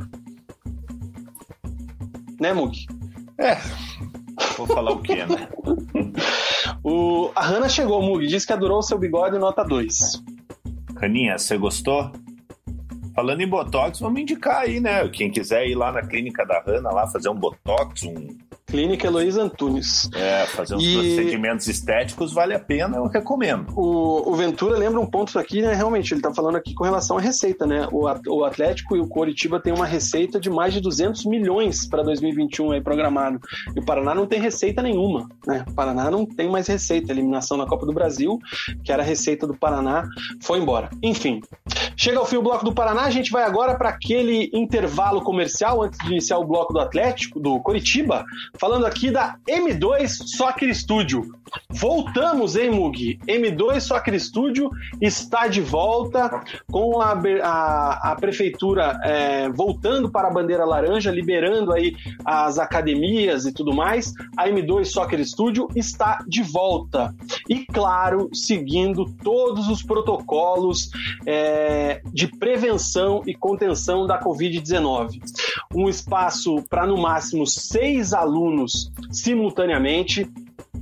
Né, Mug? É, vou falar o quê, né? o, a Hanna chegou, Mug, disse que adorou o seu bigode nota dois. Raninha, você gostou? Falando em Botox, vamos indicar aí, né? Quem quiser ir lá na clínica da Hanna, lá fazer um Botox, um... Clínica Heloísa Antunes. É, fazer uns e... procedimentos estéticos vale a pena, eu recomendo. O, o Ventura lembra um ponto aqui, né? Realmente, ele tá falando aqui com relação à receita, né? O, o Atlético e o Coritiba tem uma receita de mais de duzentos milhões para dois mil e vinte e um aí programado. E o Paraná não tem receita nenhuma, né? O Paraná não tem mais receita. A eliminação na Copa do Brasil, que era a receita do Paraná, foi embora. Enfim, chega ao fim o bloco do Paraná, a gente vai agora para aquele intervalo comercial antes de iniciar o bloco do Atlético, do Coritiba, falando aqui da M dois Soccer Studio. Voltamos, hein, Mugi? M dois Soccer Studio está de volta com a, a, a prefeitura é, voltando para a bandeira laranja, liberando aí as academias e tudo mais. A M dois Soccer Studio está de volta. E, claro, seguindo todos os protocolos é, de prevenção e contenção da covid dezenove. Um espaço para, no máximo, seis alunos simultaneamente.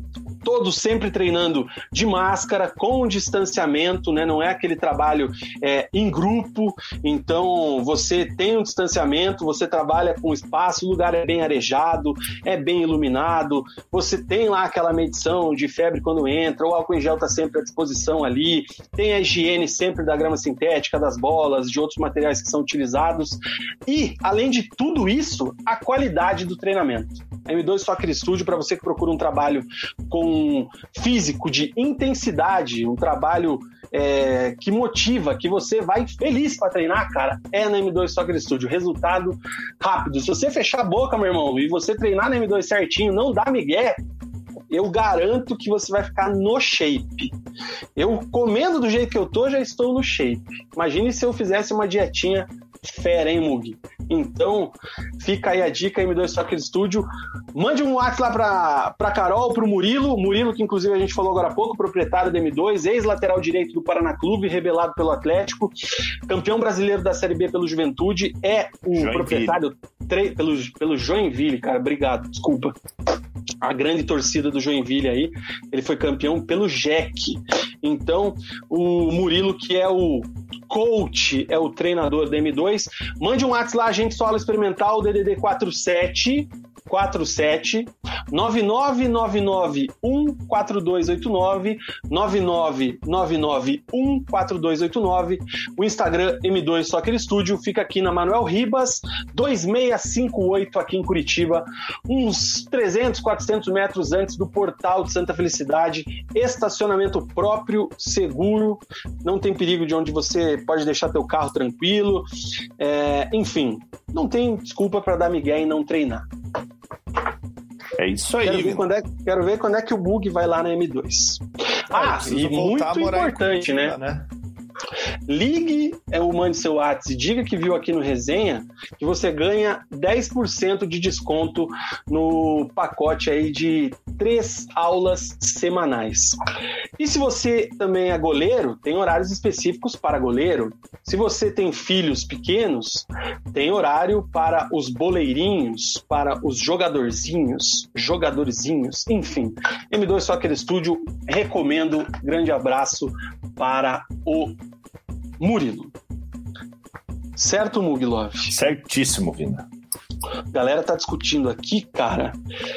todos sempre treinando de máscara, com distanciamento, né? Não é aquele trabalho é, em grupo, então você tem um distanciamento, você trabalha com espaço, o lugar é bem arejado, é bem iluminado, você tem lá aquela medição de febre quando entra, o álcool em gel está sempre à disposição ali, tem a higiene sempre da grama sintética, das bolas, de outros materiais que são utilizados, e, além de tudo isso, a qualidade do treinamento. A M dois Soccer Studio, para você que procura um trabalho com físico de intensidade, um trabalho é, que motiva, que você vai feliz para treinar, cara, é na M dois Soccer Studio. Resultado rápido. Se você fechar a boca, meu irmão, e você treinar na M dois certinho, não dá migué, eu garanto que você vai ficar no shape. Eu comendo do jeito que eu tô, já estou no shape. Imagine se eu fizesse uma dietinha fera, hein, Mug? Então, fica aí a dica, M dois Soccer Studio. Mande um WhatsApp lá pra, pra Carol, pro Murilo. Murilo, que inclusive a gente falou agora há pouco, proprietário da M dois, ex-lateral direito do Paraná Clube, revelado pelo Atlético, campeão brasileiro da Série B pelo Juventude, é o Joinville. proprietário tre- pelo, pelo Joinville, cara, obrigado, desculpa. A grande torcida do Joinville aí, ele foi campeão pelo J E C. Então, o Murilo, que é o coach, é o treinador da M dois, mande um WhatsApp lá, Agente Solo Experimental, D D D quatro sete quatro sete nove nove nove nove um quatro dois oito nove nove nove nove nove um quatro dois oito nove. O Instagram M dois Soccer Studio fica aqui na Manuel Ribas dois seis cinco oito, aqui em Curitiba, uns trezentos, quatrocentos metros antes do Portal de Santa Felicidade. Estacionamento próprio, seguro, não tem perigo de onde você pode deixar teu carro tranquilo, é, enfim, não tem desculpa para dar migué e não treinar. É isso aí. Quero ver, quando é, quero ver quando é que o Bug vai lá na M dois. Ah, ah e muito importante, né? né? Ligue, é, ou mande seu WhatsApp e diga que viu aqui no Resenha que você ganha dez por cento de desconto no pacote aí de três aulas semanais. E se você também é goleiro, tem horários específicos para goleiro. Se você tem filhos pequenos, tem horário para os boleirinhos, para os jogadorzinhos, jogadorzinhos, enfim. M dois Soccer Studio, recomendo. Grande abraço para o Murilo. Certo, Muglov? Certíssimo, Vina. A galera tá discutindo aqui, cara.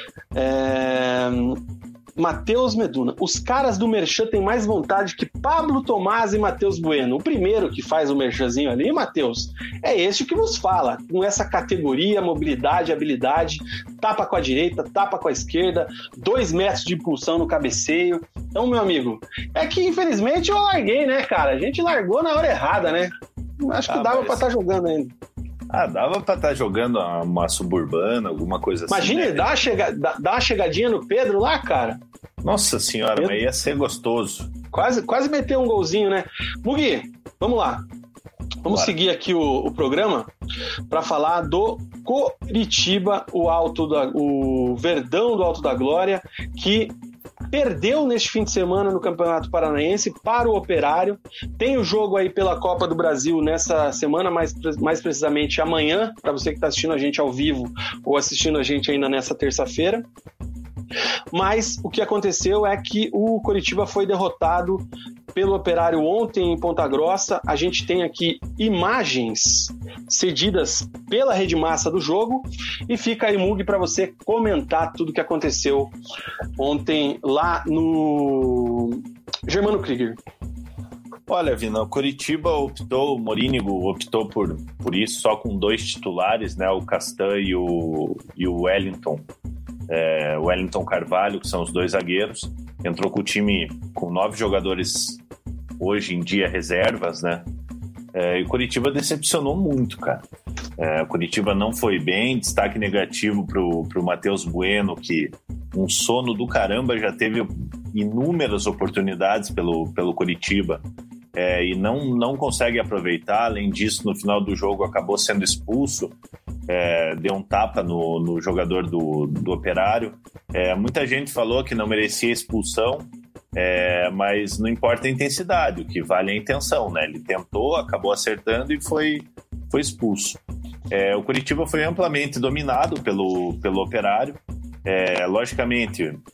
É... Matheus Meduna. Os caras do Merchan têm mais vontade que Pablo Tomás e Matheus Bueno. O primeiro que faz o merchanzinho ali, Matheus, é esse que vos fala. Com essa categoria, mobilidade, habilidade, tapa com a direita, tapa com a esquerda, dois metros de impulsão no cabeceio. Então, meu amigo, é que infelizmente eu larguei, né, cara? A gente largou na hora errada, né? Acho que ah, dava mas... pra estar tá jogando ainda. Ah, dava pra estar tá jogando uma, uma suburbana, alguma coisa assim. Imagina, né? dá, uma chega, dá, dá uma chegadinha no Pedro lá, cara. Nossa senhora, Pedro... mas ia ser gostoso. Quase, quase meter um golzinho, né? Mugi, vamos lá. Vamos Bora. seguir aqui o, o programa para falar do Coritiba, o, Alto da, o Verdão do Alto da Glória, que perdeu neste fim de semana no Campeonato Paranaense para o Operário. Tem o jogo aí pela Copa do Brasil nessa semana, mais, mais precisamente amanhã, para você que está assistindo a gente ao vivo ou assistindo a gente ainda nessa terça-feira. Mas o que aconteceu é que o Coritiba foi derrotado pelo Operário ontem em Ponta Grossa. A gente tem aqui imagens cedidas pela Rede Massa do jogo e fica aí, Mug, para você comentar tudo o que aconteceu ontem lá no Germano Krieger. Olha, Vina, o Coritiba optou, o Morínigo optou por, por isso, só com dois titulares, né, o Castan e o, e o Wellington. É, o Wellington Carvalho, que são os dois zagueiros, entrou com o time com nove jogadores hoje em dia reservas, né? É, e o Coritiba decepcionou muito, cara. É, o Coritiba não foi bem, destaque negativo pro, pro Matheus Bueno, que um sono do caramba, já teve inúmeras oportunidades pelo, pelo Coritiba, é, e não, não consegue aproveitar. Além disso, no final do jogo acabou sendo expulso. É, deu um tapa no, no jogador do, do Operário. É, muita gente falou que não merecia expulsão, é, mas não importa a intensidade, o que vale é a intenção, né? Ele tentou, acabou acertando e foi, foi expulso. É, o Coritiba foi amplamente dominado pelo, pelo Operário. É, logicamente,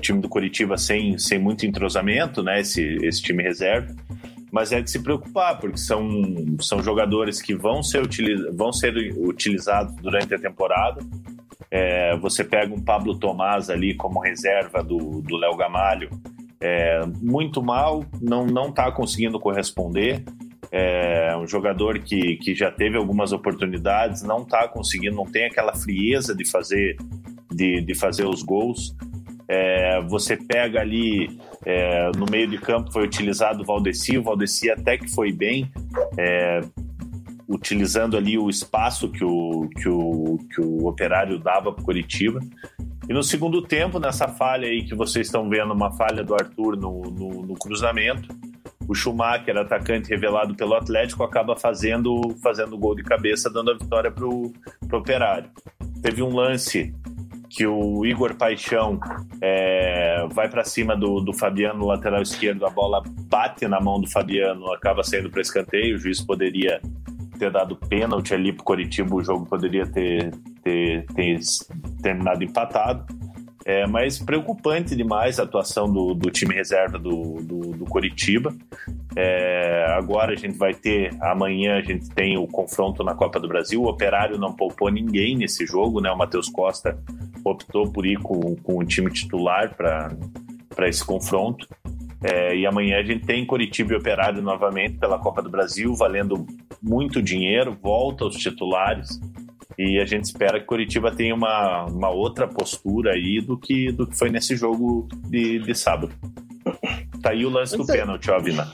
time do Coritiba sem, sem muito entrosamento, né? Esse, esse time reserva. Mas é de se preocupar, porque são, são jogadores que vão ser, utiliz, vão ser utilizados durante a temporada. É, você pega um Pablo Tomás ali como reserva do, do Léo Gamalho, é, muito mal, não não está conseguindo corresponder. É um jogador que, que já teve algumas oportunidades, não está conseguindo, não tem aquela frieza de fazer, de, de fazer os gols. É, você pega ali, é, no meio de campo foi utilizado o Valdeci, o Valdeci até que foi bem, é, utilizando ali o espaço que o, que o, que o Operário dava para o Coritiba. E no segundo tempo, nessa falha aí que vocês estão vendo, uma falha do Arthur no, no, no cruzamento, o Schumacher, atacante revelado pelo Atlético, acaba fazendo fazendo gol de cabeça, dando a vitória para o Operário. Teve um lance que o Igor Paixão é, vai para cima do, do Fabiano, lateral esquerdo, a bola bate na mão do Fabiano, acaba saindo para escanteio, o juiz poderia ter dado pênalti ali para o Coritiba, o jogo poderia ter, ter, ter terminado empatado. É, mas preocupante demais a atuação do, do time reserva do, do, do Coritiba. É, agora a gente vai ter, amanhã a gente tem o confronto na Copa do Brasil. O Operário não poupou ninguém nesse jogo, né? O Matheus Costa optou por ir com, com o time titular para esse confronto. É, e amanhã a gente tem Coritiba e Operário novamente pela Copa do Brasil, valendo muito dinheiro, volta aos titulares. E a gente espera que Coritiba tenha uma, uma outra postura aí do que, do que foi nesse jogo de, de sábado. Tá aí o lance do pênalti, ó, Vina.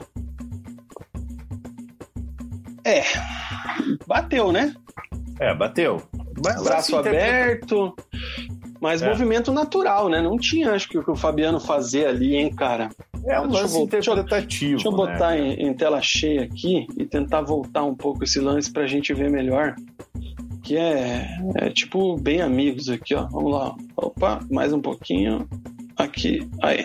É, bateu, né? É, bateu. Mas, braço aberto, mas é. Movimento natural, né? Não tinha, acho que o que o Fabiano fazer ali, hein, cara? É um lance eu, interpretativo. Deixa eu, deixa eu botar né? em, em tela cheia aqui e tentar voltar um pouco esse lance pra gente ver melhor. Que é, é tipo bem amigos aqui, ó. Vamos lá. Opa, mais um pouquinho. Aqui, aí.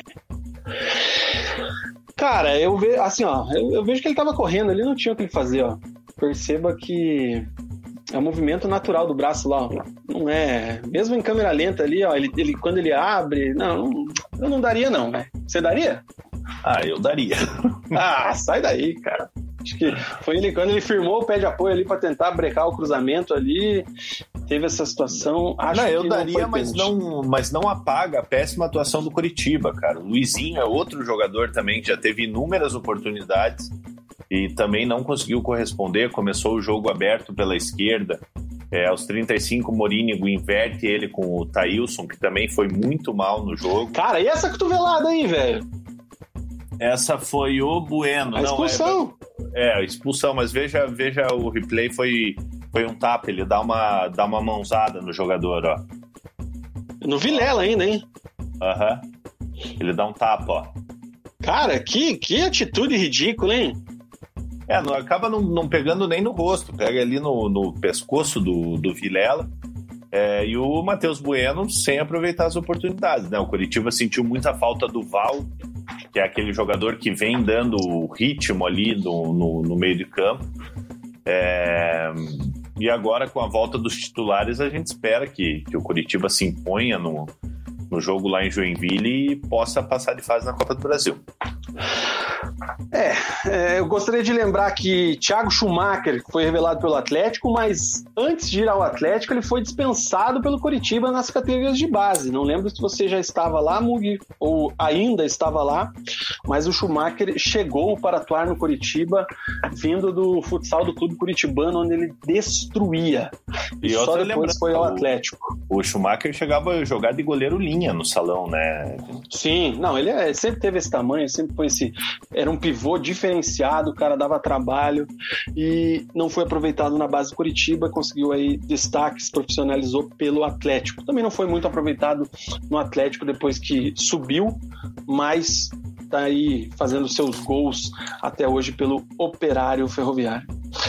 Cara, eu vejo assim, ó. Eu, eu vejo que ele tava correndo ali, não tinha o que ele fazer, ó. Perceba que é um movimento natural do braço lá, ó. Não é. Mesmo em câmera lenta ali, ó. Ele, ele quando ele abre, não, não, eu não daria não, né? Você daria? Ah, eu daria. Ah, sai daí, cara. Acho que foi ele quando ele firmou o pé de apoio ali para tentar brecar o cruzamento ali, teve essa situação. Acho não, eu que daria, não mas não, mas não apaga a péssima atuação do Coritiba, cara. O Luizinho é outro jogador também que já teve inúmeras oportunidades e também não conseguiu corresponder. Começou o jogo aberto pela esquerda. É, aos trinta e cinco, o Morínigo inverte ele com o Thailson, que também foi muito mal no jogo. Cara, e essa cotovelada aí, velho? Essa foi o Bueno. A expulsão. Não, é, é, expulsão, mas veja, veja o replay, foi, foi um tapa, ele dá uma, dá uma mãozada no jogador, ó. No Vilela ainda, hein? Aham. Uhum. Ele dá um tapa, ó. Cara, que, que atitude ridícula, hein? É, não, acaba não, não pegando nem no rosto, pega ali no, no pescoço do, do Vilela. É, e o Matheus Bueno sem aproveitar as oportunidades, né? O Coritiba sentiu muita falta do Val, que é aquele jogador que vem dando o ritmo ali no, no, no meio de campo. É, e agora, com a volta dos titulares, a gente espera que, que o Coritiba se imponha no, no jogo lá em Joinville e possa passar de fase na Copa do Brasil. É, é, eu gostaria de lembrar que Thiago Schumacher foi revelado pelo Atlético, mas antes de ir ao Atlético ele foi dispensado pelo Coritiba nas categorias de base. Não lembro se você já estava lá, Mugi, ou ainda estava lá, mas o Schumacher chegou para atuar no Coritiba, vindo do futsal do clube curitibano, onde ele destruía. E, e só depois foi ao Atlético. O, o Schumacher chegava a jogar de goleiro linha no salão, né? Sim, não, ele é, sempre teve esse tamanho, sempre foi esse... Era um pivô diferenciado, o cara dava trabalho e não foi aproveitado na base do Coritiba, conseguiu aí destaques, profissionalizou pelo Atlético. Também não foi muito aproveitado no Atlético depois que subiu, mas tá aí fazendo seus gols até hoje pelo Operário Ferroviário.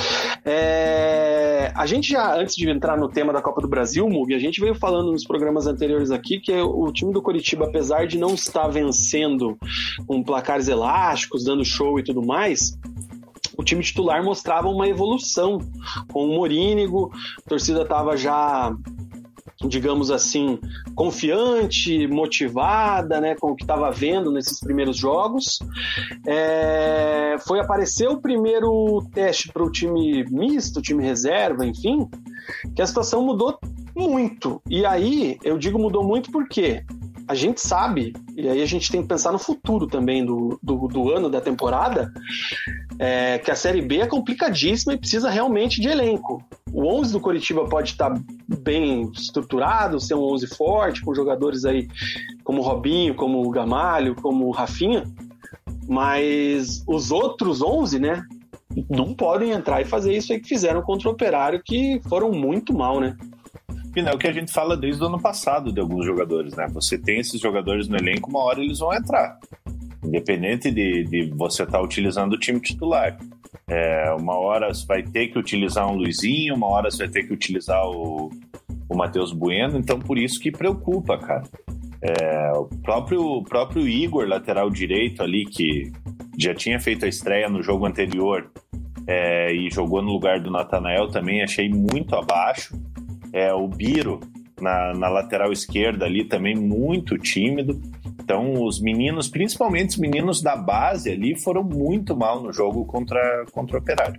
É... A gente já, antes de entrar no tema da Copa do Brasil, Mugi, a gente veio falando nos programas anteriores aqui que o time do Coritiba, apesar de não estar vencendo com placares elásticos, dando show e tudo mais, o time titular mostrava uma evolução com o Morínigo, a torcida estava já digamos assim, confiante, motivada, né, com o que estava vendo nesses primeiros jogos. É, foi aparecer o primeiro teste para o time misto, time reserva, enfim, que a situação mudou muito. E aí, eu digo mudou muito porque a gente sabe, e aí a gente tem que pensar no futuro também do, do, do ano, da temporada, é, que a Série B é complicadíssima e precisa realmente de elenco. O onze do Coritiba pode estar bem estruturado, ser um onze forte, com jogadores aí como o Robinho, como o Gamalho, como o Rafinha, mas os outros onze, né, não podem entrar e fazer isso aí que fizeram contra o Operário, que foram muito mal, né? E não é o que a gente fala desde o ano passado de alguns jogadores, né? Você tem esses jogadores no elenco, uma hora eles vão entrar. Independente de, de você estar tá utilizando o time titular. É, uma hora você vai ter que utilizar um Luizinho, uma hora você vai ter que utilizar o, o Matheus Bueno, então por isso que preocupa, cara. É, o próprio, o próprio Igor, lateral direito ali, que já tinha feito a estreia no jogo anterior é, e jogou no lugar do Natanael, também achei muito abaixo. É, o Biro, na, na lateral esquerda ali, também muito tímido. Então, os meninos, principalmente os meninos da base ali, foram muito mal no jogo contra, contra o Operário.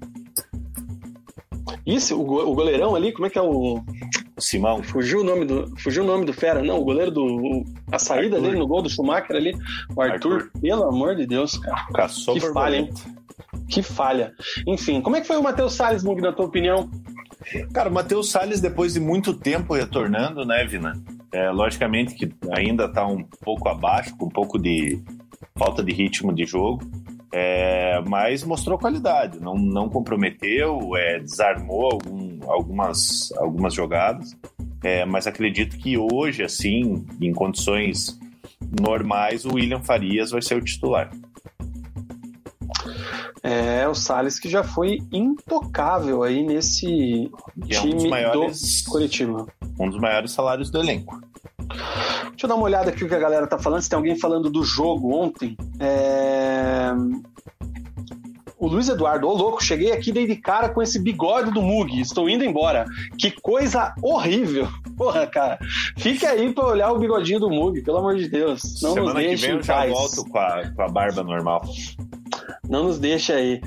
Isso, o, go- o goleirão ali, como é que é o... Simão. Fugiu o nome do, fugiu o nome do fera, não, o goleiro do... O, a saída Arthur. Dele no gol do Schumacher ali, o Arthur, Arthur. Pelo amor de Deus, cara. Caçou que falha, hein? Que falha. Enfim, como é que foi o Matheus Salles, Mug, na tua opinião? Cara, o Matheus Salles, depois de muito tempo retornando, né, Vina? É, logicamente que ainda está um pouco abaixo, com um pouco de falta de ritmo de jogo, é, mas mostrou qualidade, não, não comprometeu, é, desarmou algum, algumas, algumas jogadas, é, mas acredito que hoje, assim, em condições normais, o William Farias vai ser o titular. É, o Salles que já foi intocável aí nesse é time um dos maiores, do Coritiba. Um dos maiores salários do elenco. Deixa eu dar uma olhada aqui o que a galera tá falando, se tem alguém falando do jogo ontem. É... O Luiz Eduardo, ô louco, cheguei aqui dei de cara com esse bigode do Mug, estou indo embora. Que coisa horrível. Porra, cara, fica aí pra olhar o bigodinho do Mug, pelo amor de Deus. Não Semana nos que deixe vem eu em já paz. volto com a, com a barba normal. Não nos deixa aí.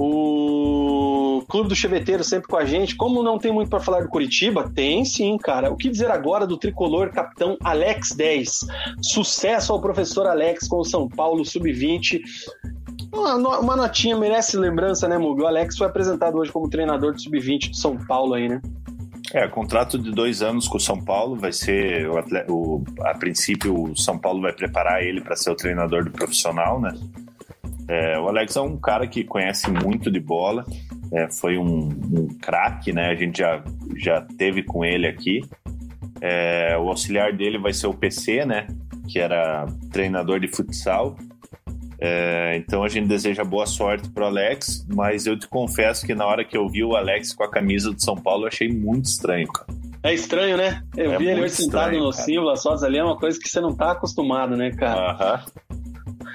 O Clube do Cheveteiro sempre com a gente. Como não tem muito para falar do Coritiba? Tem sim, cara. O que dizer agora do tricolor capitão Alex dez? Sucesso ao professor Alex com o São Paulo sub vinte. Uma, uma notinha, merece lembrança, né, Mug? O Alex foi apresentado hoje como treinador do sub vinte do São Paulo aí, né? É, contrato de dois anos com o São Paulo, vai ser, o atleta, o, a princípio o São Paulo vai preparar ele para ser o treinador do profissional, né? É, o Alex é um cara que conhece muito de bola, é, foi um, um craque, né? A gente já, já teve com ele aqui. É, o auxiliar dele vai ser o P C, né? Que era treinador de futsal. É, então a gente deseja boa sorte pro Alex, mas eu te confesso que na hora que eu vi o Alex com a camisa do São Paulo, eu achei muito estranho, cara. É estranho, né? Eu é vi ele hoje sentado no cara. Silva, só ali é uma coisa que você não tá acostumado, né, cara? Aham. Uh-huh.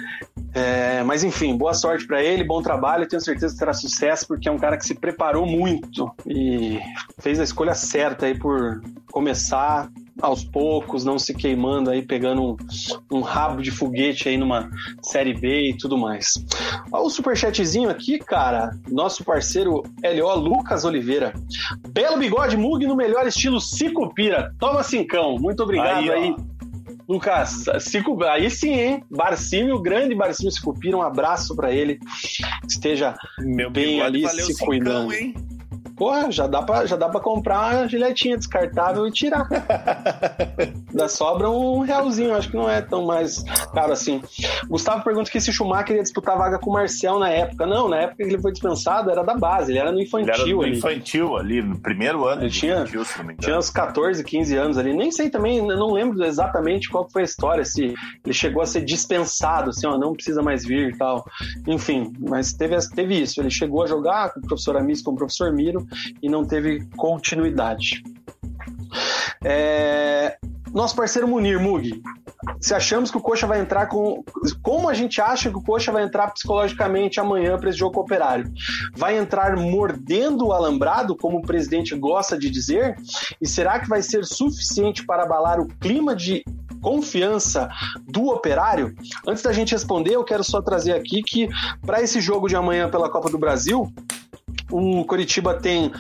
É, mas enfim, boa sorte para ele, bom trabalho, tenho certeza que terá sucesso, porque é um cara que se preparou muito e fez a escolha certa aí por começar aos poucos, não se queimando aí, pegando um, um rabo de foguete aí numa Série B e tudo mais. Olha o superchatzinho aqui, cara, nosso parceiro L O Lucas Oliveira. Belo bigode, Mug no melhor estilo Cicupira. Toma cincão, muito obrigado aí. aí. Lucas, Cico, aí sim, hein? Barcímio, grande Barcímio Cicupira, um abraço pra ele. Esteja Meu bem ali se cuidando. Hein? Porra, já dá pra, já dá pra comprar uma giletinha descartável e tirar. Ainda sobra um realzinho, acho que não é tão mais caro assim. Gustavo pergunta que se Schumacher ia disputar vaga com o Marcel na época. Não, na época que ele foi dispensado era da base, ele era no infantil. Ele era no ali. infantil ali, no primeiro ano ele tinha, infantil, se não me engano. Tinha uns catorze, quinze anos ali. Nem sei também, não lembro exatamente qual foi a história, se ele chegou a ser dispensado, assim, ó, não precisa mais vir e tal. Enfim, mas teve, teve isso. Ele chegou a jogar com o professor Amis, com o professor Miro, e não teve continuidade. É... Nosso parceiro Munir, Mug, se achamos que o Coxa vai entrar com... Como a gente acha que o Coxa vai entrar psicologicamente amanhã para esse jogo com o Operário? Vai entrar mordendo o alambrado, como o presidente gosta de dizer? E será que vai ser suficiente para abalar o clima de confiança do Operário? Antes da gente responder, eu quero só trazer aqui que para esse jogo de amanhã pela Copa do Brasil, o Coritiba tem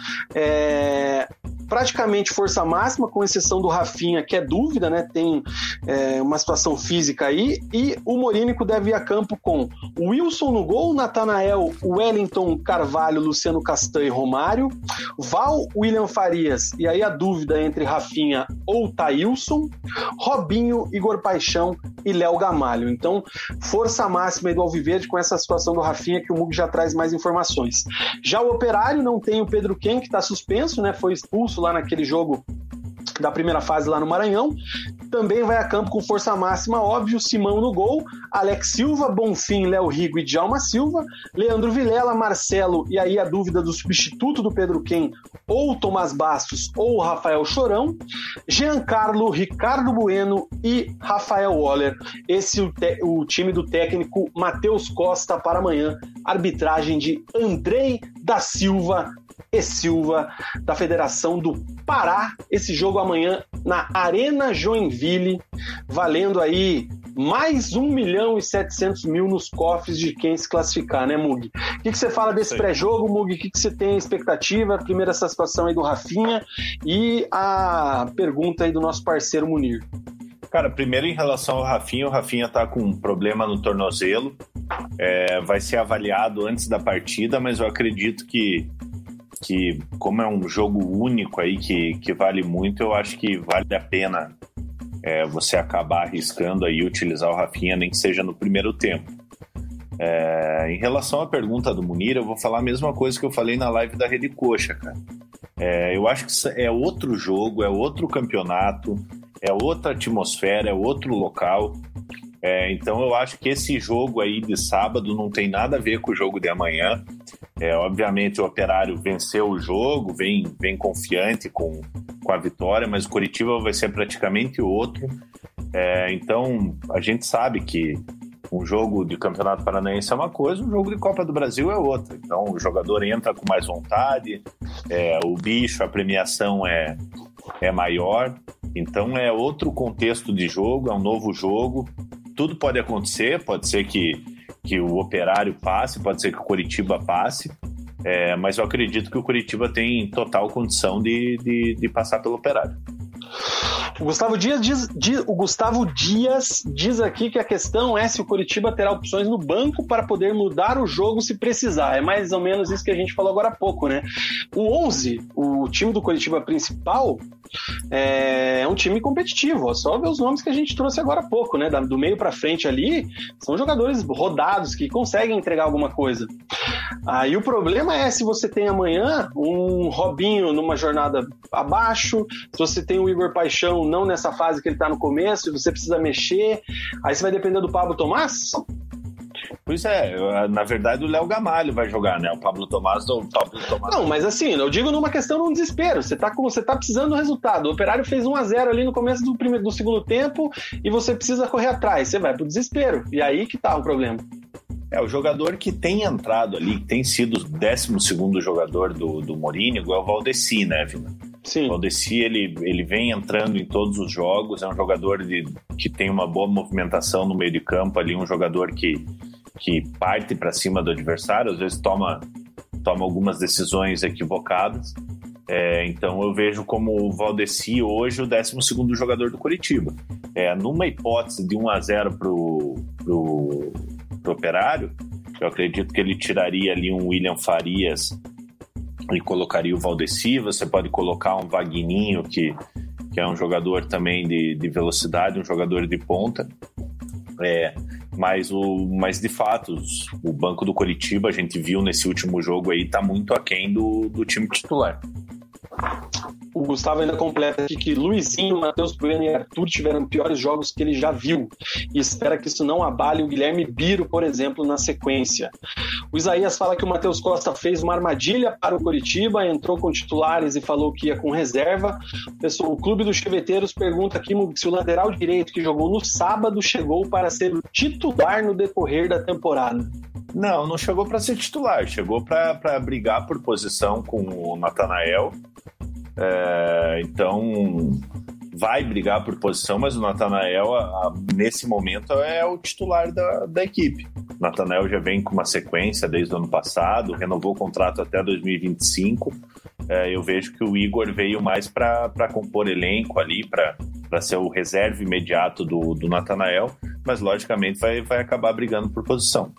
é, praticamente força máxima, com exceção do Rafinha, que é dúvida, né? Tem é, uma situação física aí, e o Morínico deve ir a campo com o Wilson no gol, Natanael, Wellington, Carvalho, Luciano Castan e Romário, Val, William Farias, e aí a dúvida entre Rafinha ou Thailson, Robinho, Igor Paixão e Léo Gamalho. Então, força máxima aí do Alviverde com essa situação do Rafinha, que o Mug já traz mais informações. Já o Operário não tem o Pedro Ken, que está suspenso, né? Foi expulso lá naquele jogo da primeira fase lá no Maranhão. Também vai a campo com força máxima, óbvio, Simão no gol, Alex Silva, Bonfim, Léo Rigo e Djalma Silva, Leandro Vilela, Marcelo, e aí a dúvida do substituto do Pedro Ken, ou Tomás Bastos ou Rafael Chorão, Giancarlo, Ricardo Bueno e Rafael Waller. Esse é o, te- o time do técnico Matheus Costa para amanhã, arbitragem de Andrei da Silva e Silva, da Federação do Pará. Esse jogo amanhã na Arena Joinville, valendo aí mais um milhão e setecentos mil nos cofres de quem se classificar, né, Mug? O que, que você fala desse pré-jogo, Mug? O que, que você tem expectativa? Primeiro essa situação aí do Rafinha e a pergunta aí do nosso parceiro Munir. Cara, primeiro em relação ao Rafinha, o Rafinha tá com um problema no tornozelo, é, vai ser avaliado antes da partida, mas eu acredito que que como é um jogo único aí que, que vale muito, eu acho que vale a pena é, você acabar arriscando aí utilizar o Rafinha, nem que seja no primeiro tempo. É, em relação à pergunta do Munir, eu vou falar a mesma coisa que eu falei na live da Rede Coxa, cara. É, eu acho que é outro jogo, é outro campeonato, é outra atmosfera, é outro local. É, então eu acho que esse jogo aí de sábado não tem nada a ver com o jogo de amanhã. É, obviamente o Operário venceu o jogo, vem, vem confiante com, com a vitória, mas o Coritiba vai ser praticamente outro. É, então a gente sabe que um jogo de Campeonato Paranaense é uma coisa, um jogo de Copa do Brasil é outra. Então o jogador entra com mais vontade, é, o bicho, a premiação é, é maior. Então é outro contexto de jogo, é um novo jogo. Tudo pode acontecer, pode ser que, que o Operário passe, pode ser que o Coritiba passe, é, mas eu acredito que o Coritiba tem total condição de, de, de passar pelo Operário. O Gustavo Dias diz, diz, o Gustavo Dias diz aqui que a questão é se o Coritiba terá opções no banco para poder mudar o jogo se precisar. É mais ou menos isso que a gente falou agora há pouco, né? O onze, o time do Coritiba principal, é um time competitivo. Ó. Só ver os nomes que a gente trouxe agora há pouco, né? Do meio para frente ali, são jogadores rodados que conseguem entregar alguma coisa. Aí o problema é se você tem amanhã um Robinho numa jornada abaixo, se você tem o Igor Paixão não nessa fase que ele tá no começo, você precisa mexer, aí você vai depender do Pablo Tomás? Pois é, na verdade o Léo Gamalho vai jogar, né? O Pablo Tomás ou o Pablo Tomás. Não, mas assim, eu digo numa questão de um desespero. Você tá, com, você tá precisando do resultado. O Operário fez um a zero ali no começo do, primeiro, do segundo tempo e você precisa correr atrás. Você vai pro desespero. E aí que tá o problema. É, o jogador que tem entrado ali, que tem sido o décimo segundo jogador do, do Morínigo, é o Valdeci, né, Vina? Sim. O Valdeci, ele, ele vem entrando em todos os jogos, é um jogador de, que tem uma boa movimentação no meio de campo ali, um jogador que, que parte para cima do adversário, às vezes toma, toma algumas decisões equivocadas. É, então eu vejo como o Valdeci hoje o décimo segundo jogador do Coritiba. É, numa hipótese de um a zero pro, pro, pro Operário, eu acredito que ele tiraria ali um William Farias e colocaria o Valdeci. Você pode colocar um Vagninho, que, que é um jogador também de, de velocidade, um jogador de ponta. É, mas, o, mas de fato, os, o banco do Coritiba, a gente viu nesse último jogo aí, tá muito aquém do, do time titular. O Gustavo ainda completa aqui que Luizinho, Matheus Bueno e Arthur tiveram piores jogos que ele já viu e espera que isso não abale o Guilherme Biro, por exemplo, na sequência. O Isaías fala que o Matheus Costa fez uma armadilha para o Coritiba, entrou com titulares e falou que ia com reserva. Pessoal, o Clube dos Cheveteiros pergunta aqui se o lateral direito que jogou no sábado chegou para ser o titular no decorrer da temporada. Não, não chegou para ser titular, chegou para brigar por posição com o Natanael. É, então vai brigar por posição, mas o Natanael a, a, nesse momento é o titular da, da equipe. O Natanael já vem com uma sequência desde o ano passado, renovou o contrato até dois mil e vinte e cinco. É, eu vejo que o Igor veio mais para compor elenco ali, para ser o reserva imediato do, do Natanael, mas logicamente vai, vai acabar brigando por posição.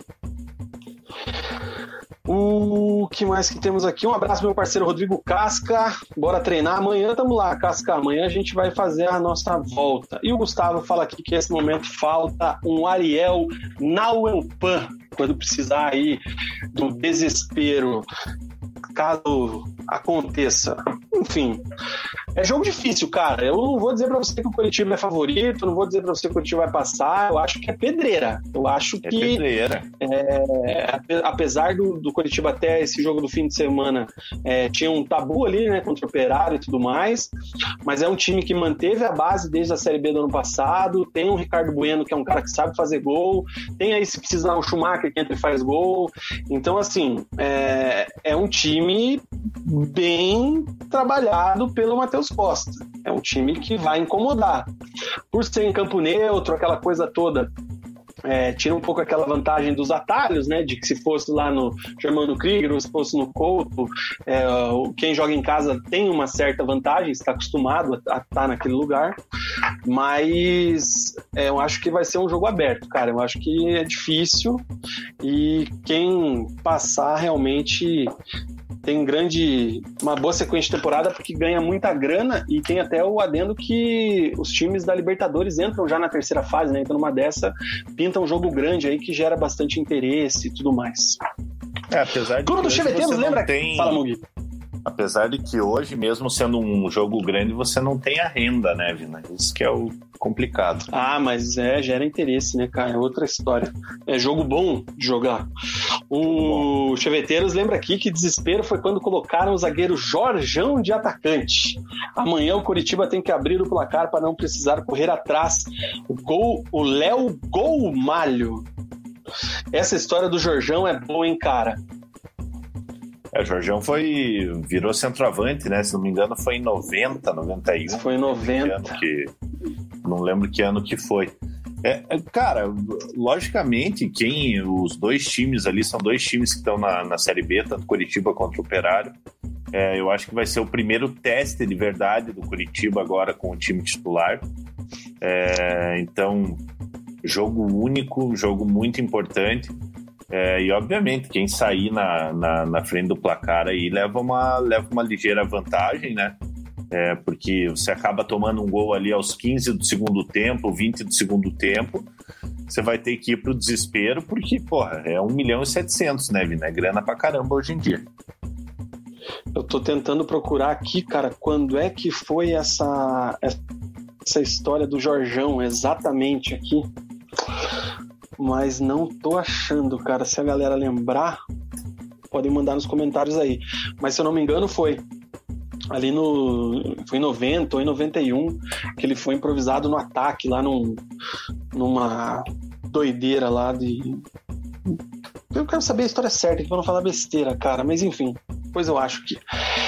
O que mais que temos aqui? Um abraço, meu parceiro Rodrigo Casca. Bora treinar. Amanhã tamo lá, Casca. Amanhã a gente vai fazer a nossa volta. E o Gustavo fala aqui que nesse momento falta um Ariel Nauelpan, quando precisar aí do desespero, caso aconteça. Enfim, é jogo difícil, cara. Eu não vou dizer pra você que o Coritiba é favorito, não vou dizer pra você que o Coritiba vai passar. Eu acho que é pedreira. Eu acho é que pedreira. É, apesar do, do Coritiba até esse jogo do fim de semana é, tinha um tabu ali, né, contra o Operário e tudo mais, mas é um time que manteve a base desde a Série B do ano passado. Tem o Ricardo Bueno, que é um cara que sabe fazer gol, tem aí, se precisar, o Schumacher que entra e faz gol. Então, assim, é, é um time bem trabalhado pelo Matheus Costa. É um time que vai incomodar. Por ser em campo neutro, aquela coisa toda, é, tira um pouco aquela vantagem dos atalhos, né? De que se fosse lá no Germano Krieger ou se fosse no Couto, é, quem joga em casa tem uma certa vantagem, está acostumado a estar naquele lugar. Mas é, eu acho que vai ser um jogo aberto, cara. Eu acho que é difícil e quem passar realmente tem grande, uma boa sequência de temporada porque ganha muita grana e tem até o adendo que os times da Libertadores entram já na terceira fase, né? Então numa dessa pinta um jogo grande aí que gera bastante interesse e tudo mais. É, apesar de Clube dos Cheveteiros, lembra? Tem... Fala, Mugi. Apesar de que hoje, mesmo sendo um jogo grande, você não tem a renda, né, Vina? Isso que é o complicado. Ah, mas é, gera interesse, né, cara? É outra história. É jogo bom de jogar. O Cheveteiros lembra aqui que desespero foi quando colocaram o zagueiro Jorjão de atacante. Amanhã o Coritiba tem que abrir o placar para não precisar correr atrás. O gol, o Léo Gol Malho. Essa história do Jorjão é boa, hein, cara? É, o Jorjão foi, virou centroavante, né? Se não me engano, foi em noventa, noventa e um. Foi em noventa. Que, não lembro que ano que foi. É, cara, logicamente, quem os dois times ali são dois times que estão na, na Série B, tanto Coritiba contra o Operário. É, eu acho que vai ser o primeiro teste de verdade do Coritiba agora com o time titular. É, então, jogo único, jogo muito importante. É, e obviamente quem sair na, na, na frente do placar aí leva uma, leva uma ligeira vantagem, né? É, porque você acaba tomando um gol ali aos quinze do segundo tempo, vinte do segundo tempo, você vai ter que ir pro desespero, porque, porra, é um milhão e setecentos, né, Vina? É grana pra caramba hoje em dia. Eu tô tentando procurar aqui, cara, quando é que foi essa, essa história do Jorjão, exatamente aqui. Mas não tô achando, cara. Se a galera lembrar, podem mandar nos comentários aí. Mas se eu não me engano, foi ali no... Foi em noventa ou em noventa e um que ele foi improvisado no ataque, lá num, numa doideira lá de... Eu quero saber a história certa, pra não falar besteira, cara. Mas enfim, depois eu acho que...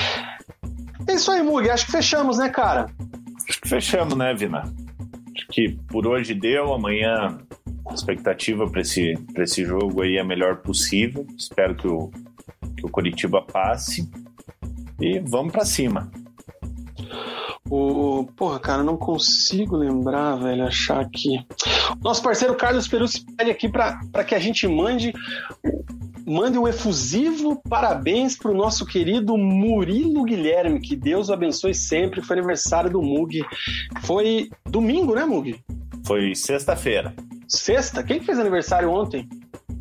É isso aí, Mug. Acho que fechamos, né, cara? Acho que fechamos, né, Vina? Acho que por hoje deu. Amanhã... A expectativa para esse, para esse jogo aí é a melhor possível. Espero que o, que o Coritiba passe. E vamos para cima. O, porra, cara, não consigo lembrar, velho, achar aqui. Nosso parceiro Carlos Perus pede aqui para que a gente mande, mande um efusivo parabéns pro nosso querido Murilo Guilherme. Que Deus o abençoe sempre. Foi aniversário do Mug. Foi domingo, né, Mug? Foi sexta-feira. Sexta? Quem fez aniversário ontem?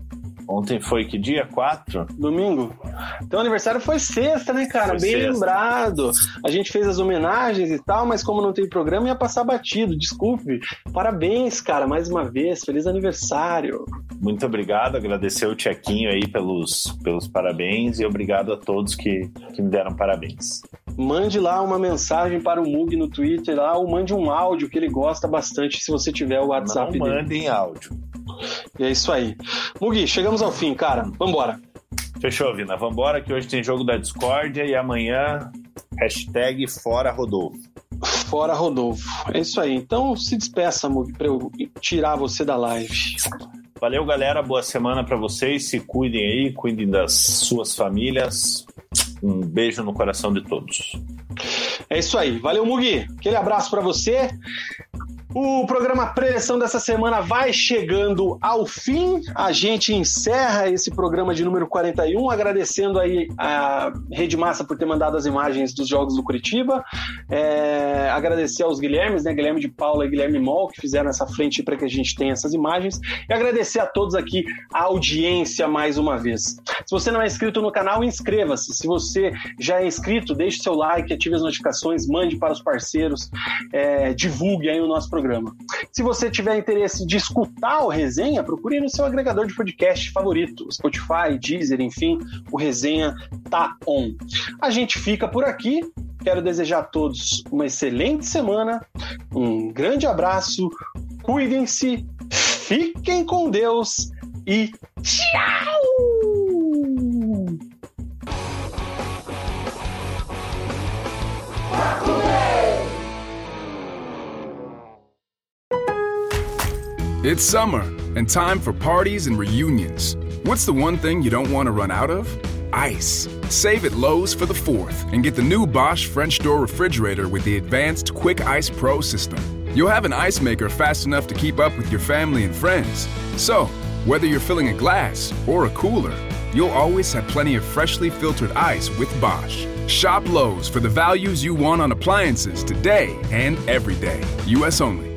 Ontem foi que dia? quatro? Domingo. Então o aniversário foi sexta, né, cara? Foi Bem sexta. Lembrado. A gente fez as homenagens e tal, mas como não tem programa, ia passar batido. Desculpe. Parabéns, cara, mais uma vez. Feliz aniversário. Muito obrigado. Agradecer o Tchequinho aí pelos, pelos parabéns e obrigado a todos que, que me deram parabéns. Mande lá uma mensagem para o Mug no Twitter lá, ou mande um áudio que ele gosta bastante se você tiver o WhatsApp não dele. Não mandem áudio. E é isso aí. Mugi, chegamos ao fim, cara. Vambora. Fechou, Vina. Vambora que hoje tem jogo da discórdia e amanhã hashtag Fora Rodolfo. Fora Rodolfo. É isso aí. Então se despeça, Mugi, pra eu tirar você da live. Valeu, galera. Boa semana pra vocês. Se cuidem aí, cuidem das suas famílias. Um beijo no coração de todos. É isso aí. Valeu, Mugi. Aquele abraço pra você. O programa Preleção dessa semana vai chegando ao fim. A gente encerra esse programa de número quarenta e um, agradecendo aí a Rede Massa por ter mandado as imagens dos jogos do Curitiba. É, agradecer aos Guilhermes, né? Guilherme de Paula e Guilherme Moll, que fizeram essa frente para que a gente tenha essas imagens. E agradecer a todos aqui a audiência mais uma vez. Se você não é inscrito no canal, inscreva-se. Se você já é inscrito, deixe seu like, ative as notificações, mande para os parceiros, é, divulgue aí o nosso programa. Programa. Se você tiver interesse de escutar o Resenha, procure no seu agregador de podcast favorito, Spotify, Deezer, enfim, o Resenha tá on. A gente fica por aqui. Quero desejar a todos uma excelente semana, um grande abraço, cuidem-se, fiquem com Deus e tchau! It's summer, and time for parties and reunions. What's the one thing you don't want to run out of? Ice. Save at Lowe's for the fourth and get the new Bosch French door refrigerator with the advanced Quick Ice Pro system. You'll have an ice maker fast enough to keep up with your family and friends. So, whether you're filling a glass or a cooler, you'll always have plenty of freshly filtered ice with Bosch. Shop Lowe's for the values you want on appliances today and every day. U S only.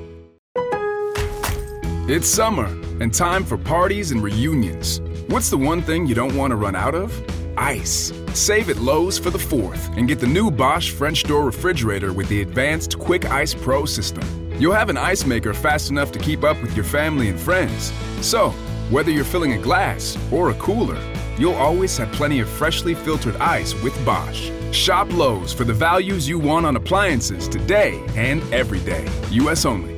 It's summer, and time for parties and reunions. What's the one thing you don't want to run out of? Ice. Save at Lowe's for the fourth and get the new Bosch French door refrigerator with the advanced Quick Ice Pro system. You'll have an ice maker fast enough to keep up with your family and friends. So, whether you're filling a glass or a cooler, you'll always have plenty of freshly filtered ice with Bosch. Shop Lowe's for the values you want on appliances today and every day. U S only.